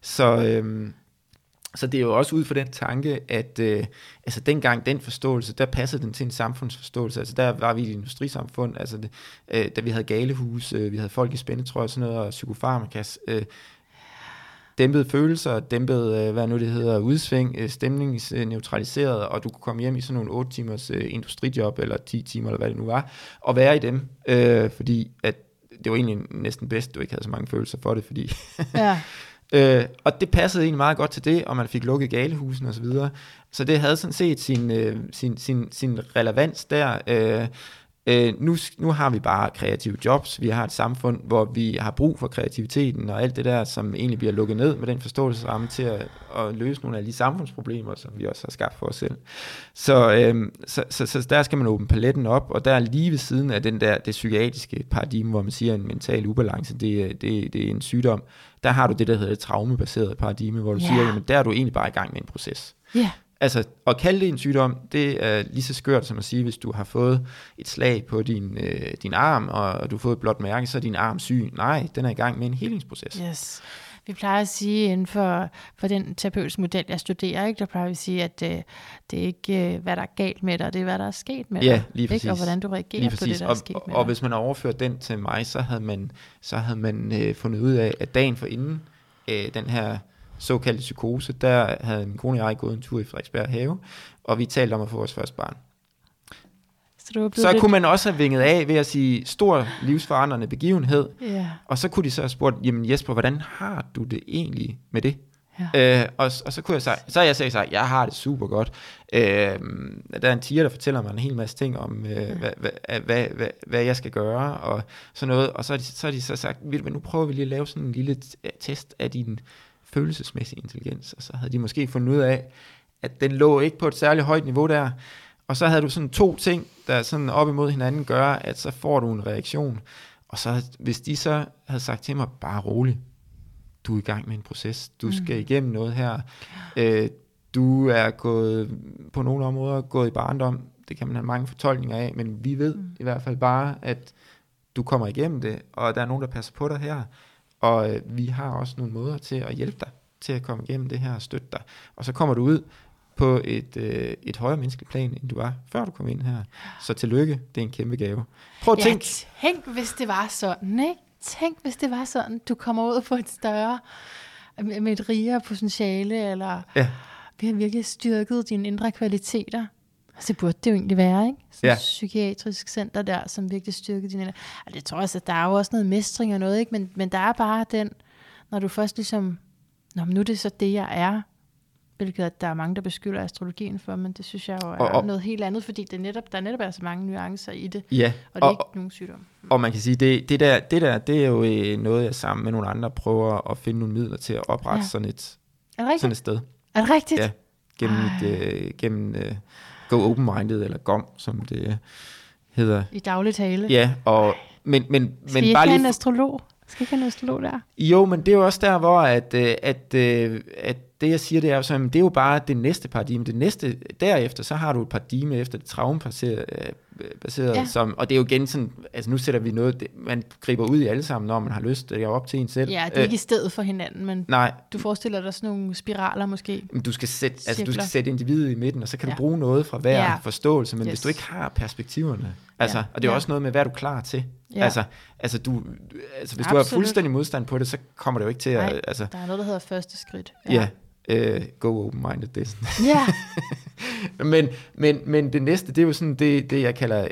Så det er jo også ud fra den tanke, at altså dengang den forståelse, der passede den til en samfundsforståelse. Altså der var vi i et industrisamfund, altså da vi havde galehus, vi havde folk i spændetrøjer og sådan noget, og psykofarmakas, dæmpede følelser, dæmpede, hvad nu det hedder, udsving, stemningsneutraliseret, og du kunne komme hjem i sådan nogle 8 timers industrijob, eller 10 timer, eller hvad det nu var, og være i dem, fordi at det var egentlig næsten bedst, du ikke havde så mange følelser for det, fordi... og det passede egentlig meget godt til det, og man fik lukket galehusen og så videre. Så det havde sådan set sin relevans der. Nu har vi bare kreative jobs. Vi har et samfund, hvor vi har brug for kreativiteten og alt det der, som egentlig bliver lukket ned med den forståelsesramme til at løse nogle af de samfundsproblemer, som vi også har skabt for os selv. Så der skal man åbne paletten op, og der lige ved siden af det psykiatriske paradigme, hvor man siger, at en mental ubalance, det er en sygdom. Der har du det, der hedder et traumebaserede paradigme, hvor du siger, jamen der er du egentlig bare i gang med en proces. Altså, at kalde det en sygdom, det er lige så skørt som at sige, hvis du har fået et slag på din arm, og du har fået et blåt mærke, så er din arm syg. Nej, den er i gang med en helingsproces. Yes. Vi plejer at sige inden for den terapeutiske model, jeg studerer, ikke? Der plejer vi at sige, at det er ikke, hvad der er galt med dig, det er, hvad der er sket med dig. Ja, lige præcis. Ikke? Og hvordan du reagerer på det, der er sket med dig. Og hvis man har overført den til mig, så havde man fundet ud af, at dagen forinden den her såkaldte psykose, der havde min kone og jeg gået en tur i Frederiksberg Have, og vi talte om at få vores første barn. Så kunne man også have vinget af ved at sige, stor livsforandrende begivenhed, og så kunne de så have spurgt, jamen Jesper, hvordan har du det egentlig med det? Og så kunne jeg sige, jeg har det super godt. Der er en tiger, der fortæller mig en hel masse ting om, hvad jeg skal gøre, og sådan noget, og så har de så sagt, nu prøver vi lige at lave sådan en lille test af din følelsesmæssig intelligens, og så havde de måske fundet ud af, at den lå ikke på et særligt højt niveau der, og så havde du sådan 2 ting, der sådan op imod hinanden gør, at så får du en reaktion, og så hvis de så havde sagt til mig, bare rolig, du er i gang med en proces, du skal igennem noget her, du er gået på nogle områder gået i barndom, det kan man have mange fortolkninger af, men vi ved i hvert fald bare, at du kommer igennem det, og der er nogen, der passer på dig her, og vi har også nogle måder til at hjælpe dig til at komme igennem det her og støtte dig. Og så kommer du ud på et højere menneskeligt plan, end du var, før du kom ind her. Så tillykke, det er en kæmpe gave. Prøv at tænke. Tænk, hvis det var sådan, ikke? Tænk, hvis det var sådan, du kommer ud på et større, med et rigere potentiale, eller vi har virkelig styrket dine indre kvaliteter. Altså, det burde det jo egentlig være, ikke? Sådan et psykiatrisk center der, som virkelig styrker dine... Altså, det tror jeg også, at der er jo også noget mestring og noget, ikke? Men der er bare den, når du først ligesom... nu er det så det, jeg er. Hvilket der er mange, der beskylder astrologien for, men det synes jeg jo er noget helt andet, fordi der netop er så mange nuancer i det, og det er ikke nogen sygdom. Og man kan sige, det er jo noget, jeg sammen med nogle andre prøver at finde nogle midler til at oprette sådan et sted. Er det rigtigt? Ja, gennem Go Open-Minded, eller GOM, som det hedder. I daglig tale. Ja, og... Men skal I ikke have en astrolog? Skal ikke have en astrolog der? Jo, men det er jo også der, hvor at det jeg siger, det er jo sådan, det er jo bare det næste paradigme. Det næste, derefter, så har du et paradigme efter det traumebaseret, som, og det er jo igen sådan, altså nu sætter vi noget, man griber ud i alle sammen, når man har lyst, det er op til en selv. Ja, det er ikke i stedet for hinanden, men nej, du forestiller dig sådan nogle spiraler måske. Du skal sætte individet i midten, og så kan du bruge noget fra hver forståelse, men hvis du ikke har perspektiverne, altså, og det er også noget med, hvad er du klar til? Altså hvis du har fuldstændig modstand på det, så kommer det jo ikke til at... Altså, der er noget, der hedder første skridt. Go open-minded, det er sådan. men det næste, det er jo sådan det jeg kalder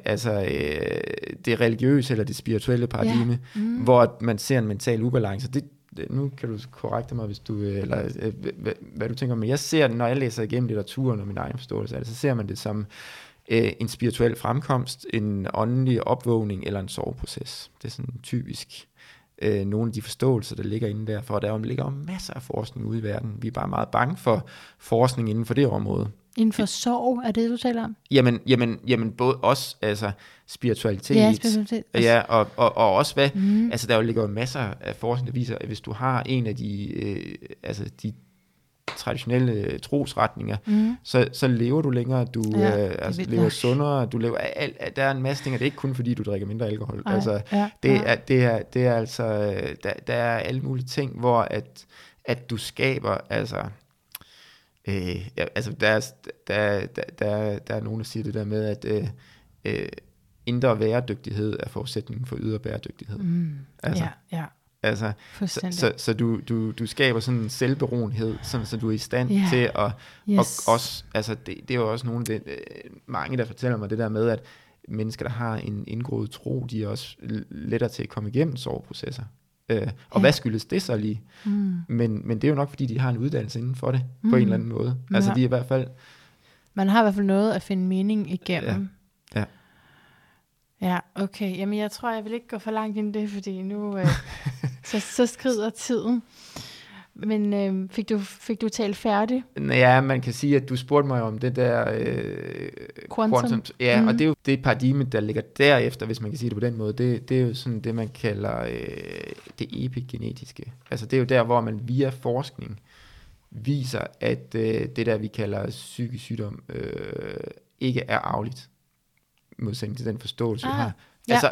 det religiøse eller det spirituelle paradigme, hvor man ser en mental ubalance. Nu kan du korrekte mig, hvis du hvad du tænker, men jeg ser det, når jeg læser igennem litteraturen og min egen forståelse, så ser man det som en spirituel fremkomst, en åndelig opvågning eller en soveproces. Det er sådan typisk nogle af de forståelser, der ligger inde der, for der ligger masser af forskning ude i verden. Vi er bare meget bange for forskning inden for det område. Inden for sorg, er det, du taler om? Jamen både også, altså spiritualitet. Ja, spiritualitet. Ja, og også hvad, altså der ligger jo masser af forskning, der viser, at hvis du har en af de traditionelle trosretninger, så lever du længere, du lever sundere, du lever der er en masse ting, og det er ikke kun fordi du drikker mindre alkohol. Det er altså der er alle mulige ting, hvor at du skaber der er nogen, der siger det der med, at indre bæredygtighed er forudsætningen for ydre bæredygtighed. Altså, så du skaber sådan en selvberoenhed, så du er i stand til at også, altså det er jo også nogle af mange, der fortæller mig det der med, at mennesker, der har en indgroet tro, de er også lettere til at komme igennem soveprocesser. Og hvad skyldes det så lige? Men det er jo nok, fordi de har en uddannelse inden for det, på en eller anden måde. Altså de er i hvert fald... Man har i hvert fald noget at finde mening igennem. Ja, okay. Jamen jeg tror, jeg vil ikke gå for langt ind i det, fordi nu så skrider tiden. Men fik du talt færdig? Ja, man kan sige, at du spurgte mig om det der quantum. Ja, og det er jo det paradigme, der ligger derefter, hvis man kan sige det på den måde. Det er jo sådan det, man kalder det epigenetiske. Altså det er jo der, hvor man via forskning viser, at det der, vi kalder psykisk sygdom, ikke er arveligt. I modsætning til den forståelse, vi har. Altså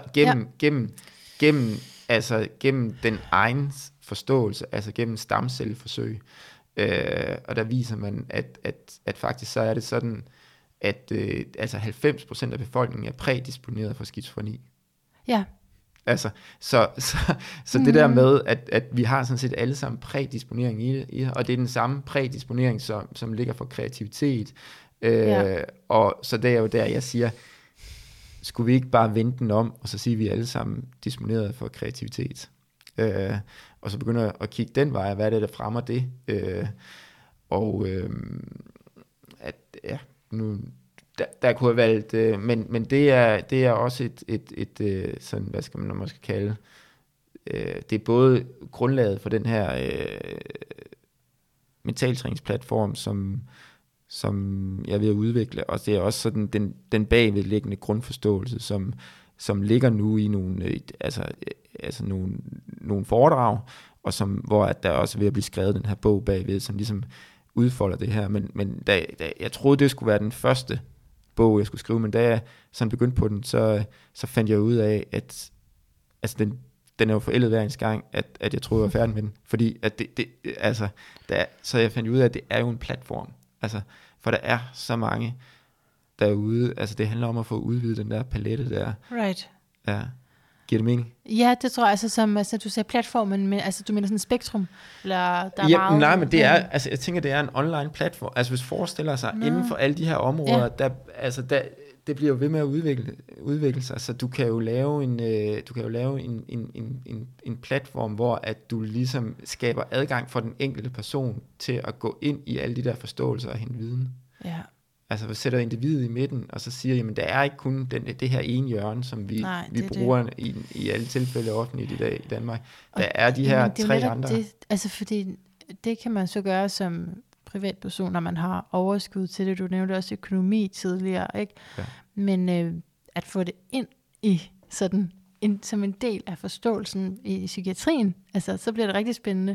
gennem den egen forståelse, altså gennem stamcelleforsøg. Og der viser man, at faktisk så er det sådan, at altså 90% af befolkningen er prædisponeret for skizofreni. Ja. Altså, så det der med, at vi har sådan set alle sammen prædisponering i det, og det er den samme prædisponering, som ligger for kreativitet. Og så det er jo der, jeg siger, skulle vi ikke bare vende den om, og så sige, at vi er alle sammen disponeret for kreativitet. Og så begynder at kigge den vej, hvad er det, der fremmer det? Nu der kunne have valgt, men det er også et sådan, hvad skal man måske kalde, det er både grundlaget for den her mentaltræningsplatform, som jeg er ved at udvikle, og det er også sådan den bagvedliggende grundforståelse, som ligger nu i nogle, altså nogle foredrag, og hvor at der også er ved at blive skrevet den her bog bagved, som ligesom udfolder det her, men da jeg troede, det skulle være den første bog, jeg skulle skrive, men da jeg sådan begyndte på den, så fandt jeg ud af, at altså den er jo forældet hver ens gang, at jeg troede, jeg var færdig med den, fordi at så jeg fandt ud af, at det er jo en platform, altså, for der er så mange derude, altså det handler om at få udvidet den der palette der. Right. Ja. Giver det mening? Ja, det tror jeg, altså du sagde platformen, men altså du mener sådan et spektrum, eller der er meget... Nej, men det er, altså jeg tænker, det er en online platform, altså hvis forestiller sig, inden for alle de her områder, det bliver jo ved med at udvikle sig, så du kan jo lave en platform, hvor at du ligesom skaber adgang for den enkelte person til at gå ind i alle de der forståelser og hente viden. Ja. Altså vi sætter individet i midten, og så siger, jamen der er ikke kun det her ene hjørne, som vi bruger i alle tilfælde offentligt i dag i Danmark. Der er de her tre andre. Altså fordi det kan man så gøre som privatperson, når man har overskud til det. Du nævnte også økonomi tidligere, ikke? Ja. Men at få det ind i sådan som en del af forståelsen i psykiatrien, altså så bliver det rigtig spændende.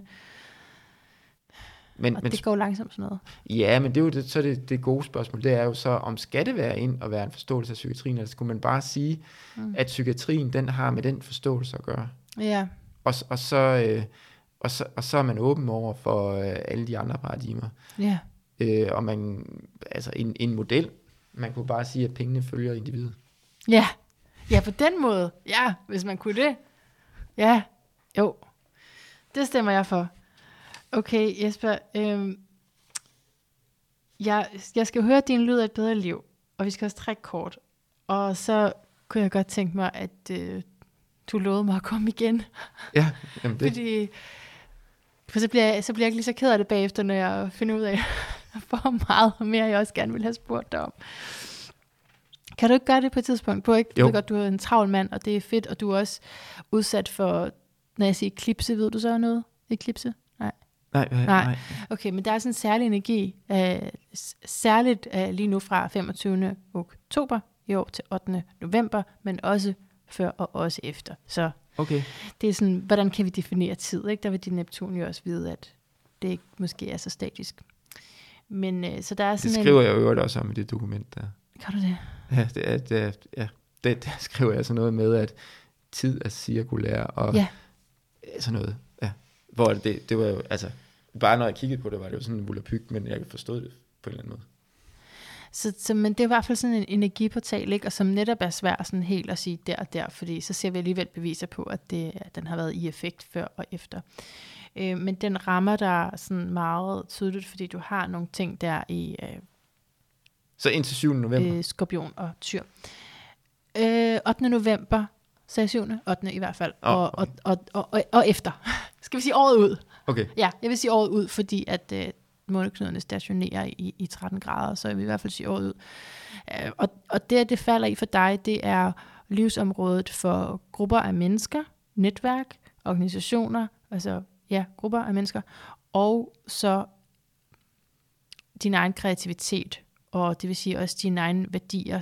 Men det går langsomt sådan noget. Ja, men det er jo det gode spørgsmål. Det er jo så, om skal det være ind og være en forståelse af psykiatrien, eller skulle man bare sige, at psykiatrien, den har med den forståelse at gøre. Ja. Og så er man åben over for alle de andre paradigmer. Ja. Og man, altså en model, man kunne bare sige, at pengene følger individet. Ja. Ja, på den måde. Ja, hvis man kunne det. Ja, jo. Det stemmer jeg for. Okay, Jesper, jeg skal høre din lyd af et bedre liv, og vi skal også trække kort. Og så kunne jeg godt tænke mig, at du lovede mig at komme igen. Ja, jamen det. For så bliver jeg ikke lige så ked af det bagefter, når jeg finder ud af, hvor meget mere jeg også gerne vil have spurgt dig om. Kan du ikke gøre det på et tidspunkt? Du ved godt, du er en travl mand, og det er fedt, og du er også udsat for, når jeg siger eklipse, ved du så noget? Eklipse? Nej. Okay, men der er sådan en særlig energi, særligt lige nu fra 25. oktober i år til 8. november, men også før og også efter. Så okay. Det er sådan, hvordan kan vi definere tid? Ikke? Der vil din Neptun jo også vide, at det ikke måske er så statisk. Men så der er sådan det skriver jeg jo også om i det dokument der. Kan du det? Ja, det skriver jeg så noget med, at tid er cirkulær og sådan noget. Ja. Hvor det var jo, altså, bare når jeg kiggede på det, var det jo sådan en volapyk, men jeg forstod det på en eller anden måde. Så men det er i hvert fald sådan en energiportal, ikke? Og som netop er svært sådan helt at sige der og der, fordi så ser vi alligevel beviser på, at den har været i effekt før og efter. Men den rammer der sådan meget tydeligt, fordi du har nogle ting der i så indtil 7. november? Skorpion og Tyr. 8. november, så er 7. 8. i hvert fald, og efter. Skal vi sige året ud? Okay. Ja, jeg vil sige året ud, fordi at måneknuderne stationerer i 13 grader, så jeg vil i hvert fald sige året ud. Og det falder i for dig, det er livsområdet for grupper af mennesker, netværk, organisationer, altså grupper af mennesker, og så din egen kreativitet, og det vil sige også dine egne værdier,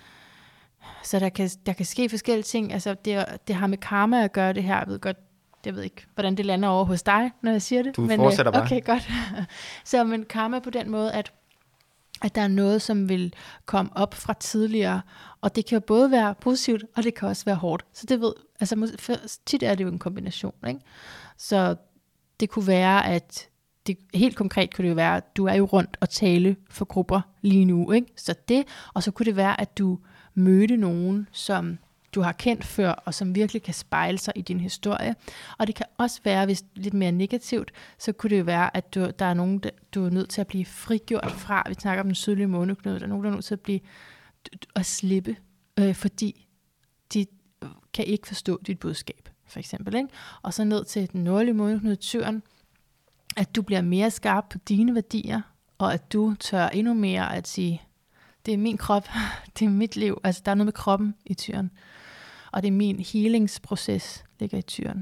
så der kan ske forskellige ting, altså det har med karma at gøre det her, jeg ved ikke, hvordan det lander over hos dig, når jeg siger det. Du fortsætter bare. Okay, godt. Så men karma på den måde, at der er noget, som vil komme op fra tidligere, og det kan jo både være positivt, og det kan også være hårdt. Så det ved, altså tit er det jo en kombination, ikke? Så det kunne være, at helt konkret kunne det jo være, at du er jo rundt og tale for grupper lige nu, ikke? Så det, og så kunne det være, at du mødte nogen, som du har kendt før, og som virkelig kan spejle sig i din historie. Og det kan også være, hvis lidt mere negativt, så kunne det jo være, at der er nogen, du er nødt til at blive frigjort fra. Vi snakker om den sydlige måneknude, der er nogen, der er nødt til at slippe, fordi de kan ikke forstå dit budskab, for eksempel. Ikke? Og så ned til den nordlige måneknude, Tyren, at du bliver mere skarp på dine værdier, og at du tør endnu mere at sige, det er min krop, det er mit liv. Altså, der er noget med kroppen i Tyren. Og det er min healingsproces, ligger i Tyren.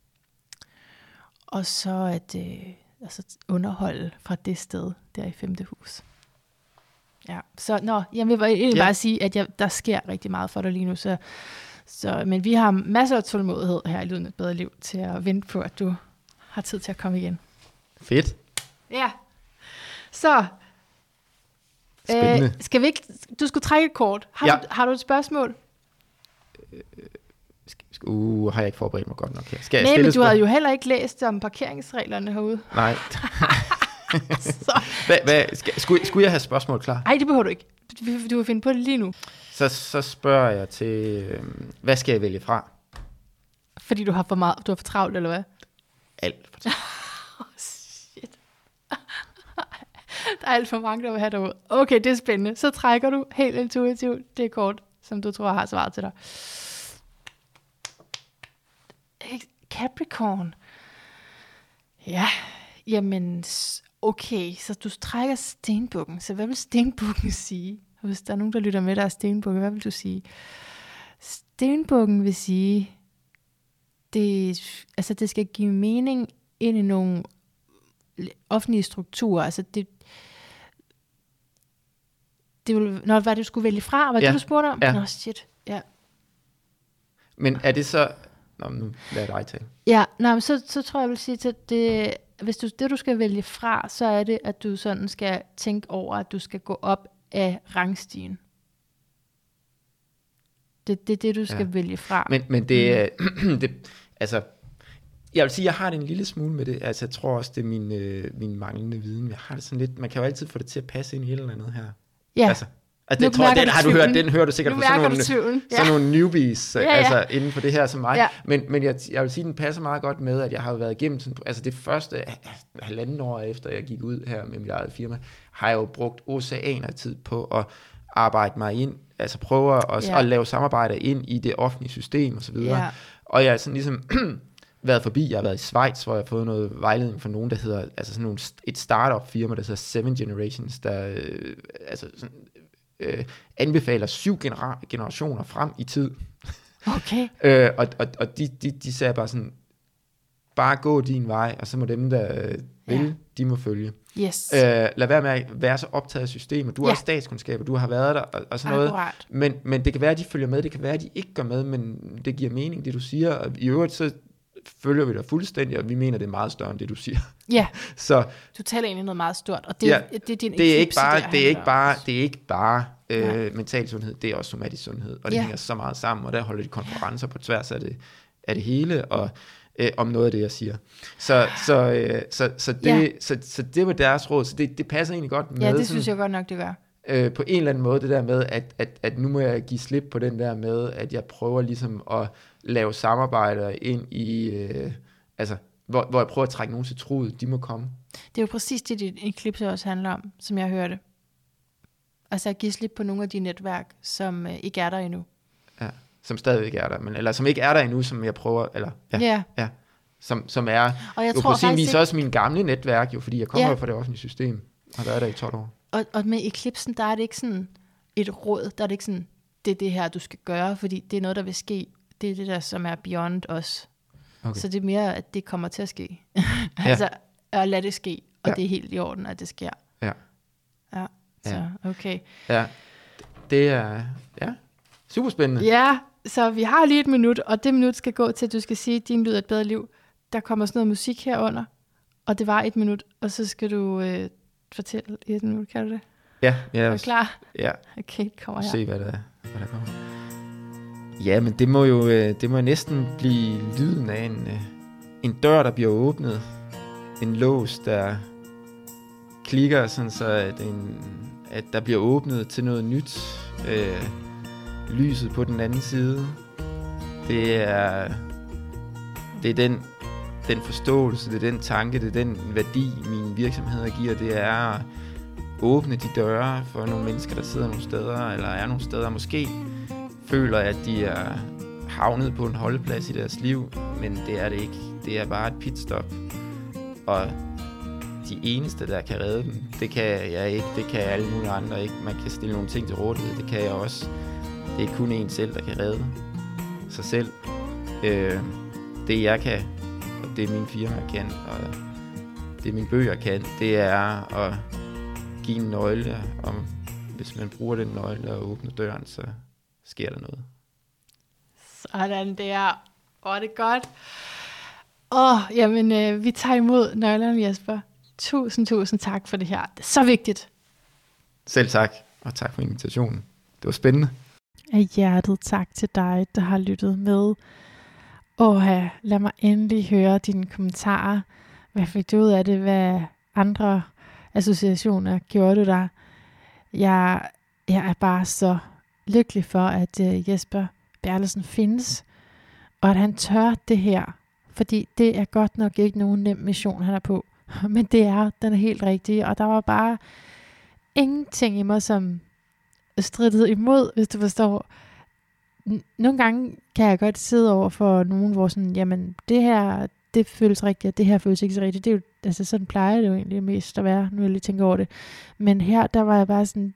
Og så at underholde fra det sted, der i 5. hus. Ja, så jeg vil egentlig bare sige, at der sker rigtig meget for dig lige nu. Men vi har masser af tålmodighed her i Lyden et bedre liv, til at vente på, at du har tid til at komme igen. Fedt. Ja. Så skal vi ikke, du skulle trække et kort. Har du et spørgsmål? Har jeg ikke forberedt mig godt nok her. Skal jeg Nej, men du havde jo heller ikke læst om parkeringsreglerne herude. Nej. Skulle jeg have spørgsmål klar? Nej, det behøver du ikke. Du vil finde på det lige nu. Så spørger jeg til, hvad skal jeg vælge fra? Fordi du har for travlt, eller hvad? Alt for travlt. Shit. Der er alt for mange, der vil have derude. Okay, det er spændende. Så trækker du helt intuitivt det kort, som du tror har svaret til dig. Capricorn. Ja, jamen, okay, så du trækker stenbukken. Så hvad vil stenbukken sige? Hvis der er nogen, der lytter med, der er stenbukken, hvad vil du sige? Stenbukken vil sige, det skal give mening ind i nogle offentlige strukturer. Altså det vil, når var det, du skulle vælge fra, hvad det, du spurgte om? Ja. Shit, ja. Men er det så... nu lader dig tale. Ja, men så tror jeg vil sige, at hvis det du skal vælge fra, så er det, at du sådan skal tænke over, at du skal gå op af rangstigen. Det er det, du skal vælge fra. Men det, altså, jeg vil sige, jeg har det en lille smule med det. Altså, jeg tror også, det er min manglende viden. Jeg har det sådan lidt, man kan jo altid få det til at passe ind i et eller andet her. Ja. Altså det tror jeg, den hører du sikkert fra sådan nogle newbies, altså inden for det her som mig. Ja. Men jeg vil sige, den passer meget godt med, at jeg har været igennem sådan, altså det første 1,5 år efter jeg gik ud her med mit eget firma, har jeg jo brugt oceaner tid på at arbejde mig ind, altså prøve at lave samarbejder ind i det offentlige system og så videre. Ja. Og jeg er sådan ligesom været forbi, jeg har været i Schweiz, hvor jeg har fået noget vejledning fra nogen, der hedder, altså sådan et startup firma, der hedder 7 Generations, der altså sådan anbefaler 7 generationer frem i tid. Okay. Og de sagde bare sådan, bare gå din vej, og så må dem, der vil, de må følge. Yes. Lad være med at være så optaget af systemet. Du har statskundskaber, du har været der, og sådan noget. Men det kan være, at de følger med, det kan være, at de ikke gør med, men det giver mening, det du siger. Og i øvrigt, så følger vi dig fuldstændig, og vi mener, det er ikke større end det, du siger. Ja, så, du taler egentlig noget meget stort, og det er din det er ikke bare mental sundhed, det er også somatisk sundhed, og det hænger så meget sammen, og der holder de konferencer på tværs af det hele, og om noget af det, jeg siger. Så det var deres råd, så det passer egentlig godt med. Ja, det synes jeg godt nok, det gør. På en eller anden måde, det der med, at nu må jeg give slip på den der med, at jeg prøver ligesom at lave samarbejder ind i, hvor jeg prøver at trække nogen til truet, de må komme. Det er jo præcis det, dit Eclipse også handler om, som jeg hørte. Altså at give slip på nogle af de netværk, som ikke er der endnu. Ja, som stadigvæk er der, eller som ikke er der endnu, som jeg prøver, som er og jeg jo tror på sin vis også min gamle netværk, jo, fordi jeg kommer fra det offentlige system, og der er der i 12 år. Og med Eclipsen, der er det ikke sådan et råd, der er det ikke sådan, det er det her, du skal gøre, fordi det er noget, der vil ske. Det er det der, som er beyond os. Okay. Så det er mere, at det kommer til at ske. Altså, at lade det ske, og det er helt i orden, at det sker. Ja. Så, okay. Ja, det er, super spændende. Ja, så vi har lige et minut, og det minut skal gå til, at du skal sige, at din lyd er et bedre liv. Der kommer sådan noget musik herunder, og det var 1 minut, og så skal du fortælle i 1 minut, kan du det? Ja. Er du klar? Ja. Okay, kommer her. Se, hvad der kommer. Ja, men det må næsten blive lyden af en dør, der bliver åbnet. En lås, der klikker, sådan så at der bliver åbnet til noget nyt. Lyset på den anden side. Det er den forståelse, det er den tanke, det er den værdi, mine virksomheder giver. Det er at åbne de døre for nogle mennesker, der sidder nogle steder, eller er nogle steder, måske føler, at de er havnet på en holdeplads i deres liv, men det er det ikke. Det er bare et pitstop. Og de eneste, der kan redde dem, det kan jeg ikke, det kan alle mulige andre ikke. Man kan stille nogle ting til rådighed, det kan jeg også. Det er kun en selv, der kan redde sig selv. Det jeg kan, og det min firma kan, og det mine bøger kan, det er at give en nøgle, og hvis man bruger den nøgle og åbner døren, så sker der noget. Sådan der. Det er godt. Jamen, vi tager imod nøglerne, Jesper. Tusind tak for det her. Det er så vigtigt. Selv tak, og tak for invitationen. Det var spændende. Af hjertet tak til dig, der har lyttet med. Lad mig endelig høre dine kommentarer. Hvad fik du ud af det? Hvad andre associationer gjorde du der? Jeg er bare så lykkelig for, at Jesper Bertelsen findes, og at han tør det her. Fordi det er godt nok ikke nogen nem mission, han er på. Men den er helt rigtig, og der var bare ingenting i mig, som strittede imod, hvis du forstår. Nogle gange kan jeg godt sidde over for nogen, hvor sådan, jamen, det her, det føles rigtigt, og det her føles ikke så rigtigt. Det er jo, altså sådan plejer det jo egentlig mest at være, nu jeg lige tænker over det. Men her, der var jeg bare sådan,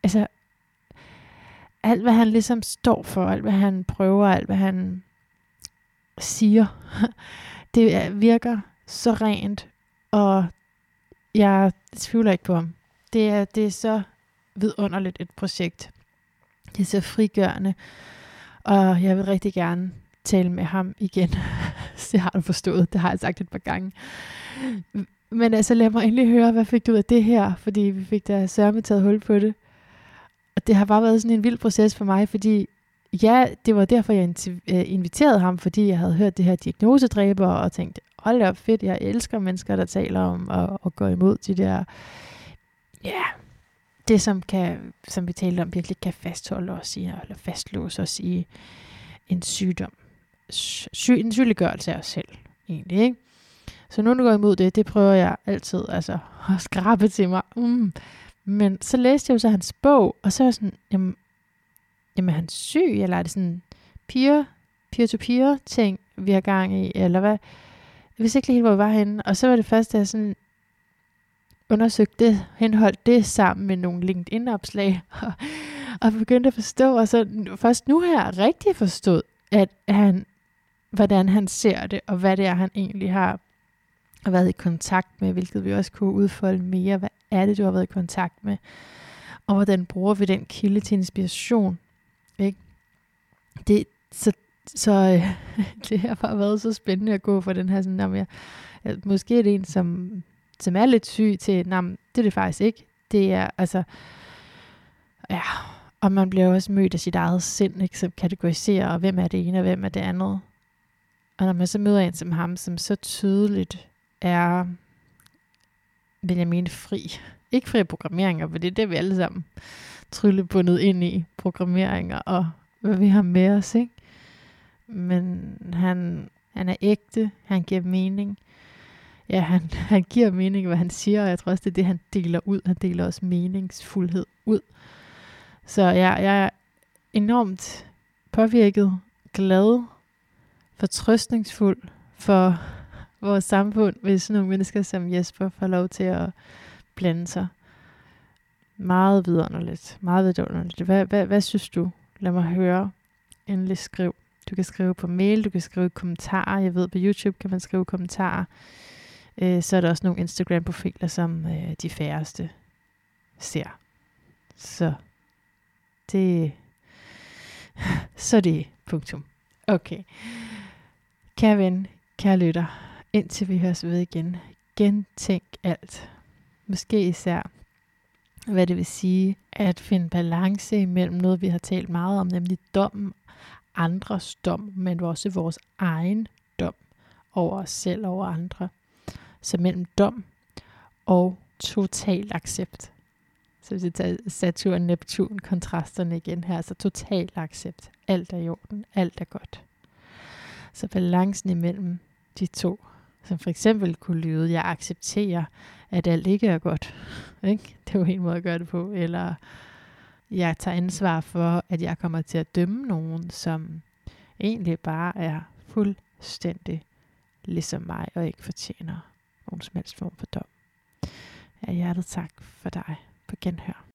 alt hvad han ligesom står for, alt hvad han prøver, alt hvad han siger, det virker så rent, og jeg tvivler ikke på ham. Det er så vidunderligt et projekt. Det er så frigørende, og jeg vil rigtig gerne tale med ham igen. Det har du forstået, det har jeg sagt et par gange. Men altså lad mig endelig høre, hvad fik du ud af det her, fordi vi fik da sørme taget hul på det. Og det har bare været sådan en vild proces for mig, fordi det var derfor, jeg inviterede ham, fordi jeg havde hørt det her diagnosedræber, og tænkte, hold da op fedt, jeg elsker mennesker, der taler om at gå imod de der, det som vi talte om, virkelig kan fastholde os i, eller fastlåse os i en sygdom. En sygeliggørelse af os selv, egentlig, ikke? Så nu går imod det prøver jeg altid, altså, at skrabe til mig. Men så læste jeg jo så hans bog, og så var jeg sådan, jamen er han syg, eller er det sådan peer-to-peer ting, vi har gang i, eller hvad? Jeg vidste ikke helt, hvor vi var henne, og så var det først, at jeg sådan undersøgte det, henholdt det sammen med nogle LinkedIn-opslag, Og begyndte at forstå, og så først nu har jeg rigtig forstået, at hvordan han ser det, og hvad det er, han egentlig har været i kontakt med, hvilket vi også kunne udfolde mere. Hvad er det, du har været i kontakt med? Og hvordan bruger vi den kilde til inspiration? Ikke? Det har bare været så spændende at gå for den her sådan, måske er det en, som er lidt syg til, det er det faktisk ikke. Det er altså, ja, og man bliver også mødt af sit eget sind, ikke, som kategoriserer, og hvem er det ene, og hvem er det andet. Og når man så møder en som ham, som så tydeligt er, vil jeg mene, fri. Ikke fri af programmeringer, for det er det, vi alle sammen tryllebundet ind i, programmeringer, og hvad vi har med os, ikke? Men han er ægte, han giver mening. Ja, han giver mening, hvad han siger, og jeg tror også, det er det, han deler ud. Han deler også meningsfuldhed ud. Så jeg er enormt påvirket, glad, fortrøstningsfuld for vores samfund, hvis sådan nogle mennesker som Jesper får lov til at blande sig. Meget vidunderligt. Meget vidunderligt. Hvad synes du? Lad mig høre. Endelig skriv. Du kan skrive på mail, du kan skrive kommentarer. Jeg ved, på YouTube kan man skrive kommentarer. Så er der også nogle Instagram-profiler, som de færreste ser. Så det er punktum. Okay. Kære ven, kære lytter, indtil vi høres ved igen, gentænk alt. Måske især, hvad det vil sige, at finde balance imellem noget, vi har talt meget om, nemlig dommen, andres dom, men også vores egen dom over os selv, over andre. Så mellem dom og total accept. Så hvis vi tager Saturn, Neptun, kontrasterne igen her, så total accept. Alt er i orden, alt er godt. Så balancen imellem de to, som for eksempel kunne lyde, jeg accepterer, at alt ikke er godt. Ikke? Det er jo en måde at gøre det på. Eller jeg tager ansvar for, at jeg kommer til at dømme nogen, som egentlig bare er fuldstændig ligesom mig, og ikke fortjener nogen som helst form for dom. Af hjertet tak for dig. På genhør.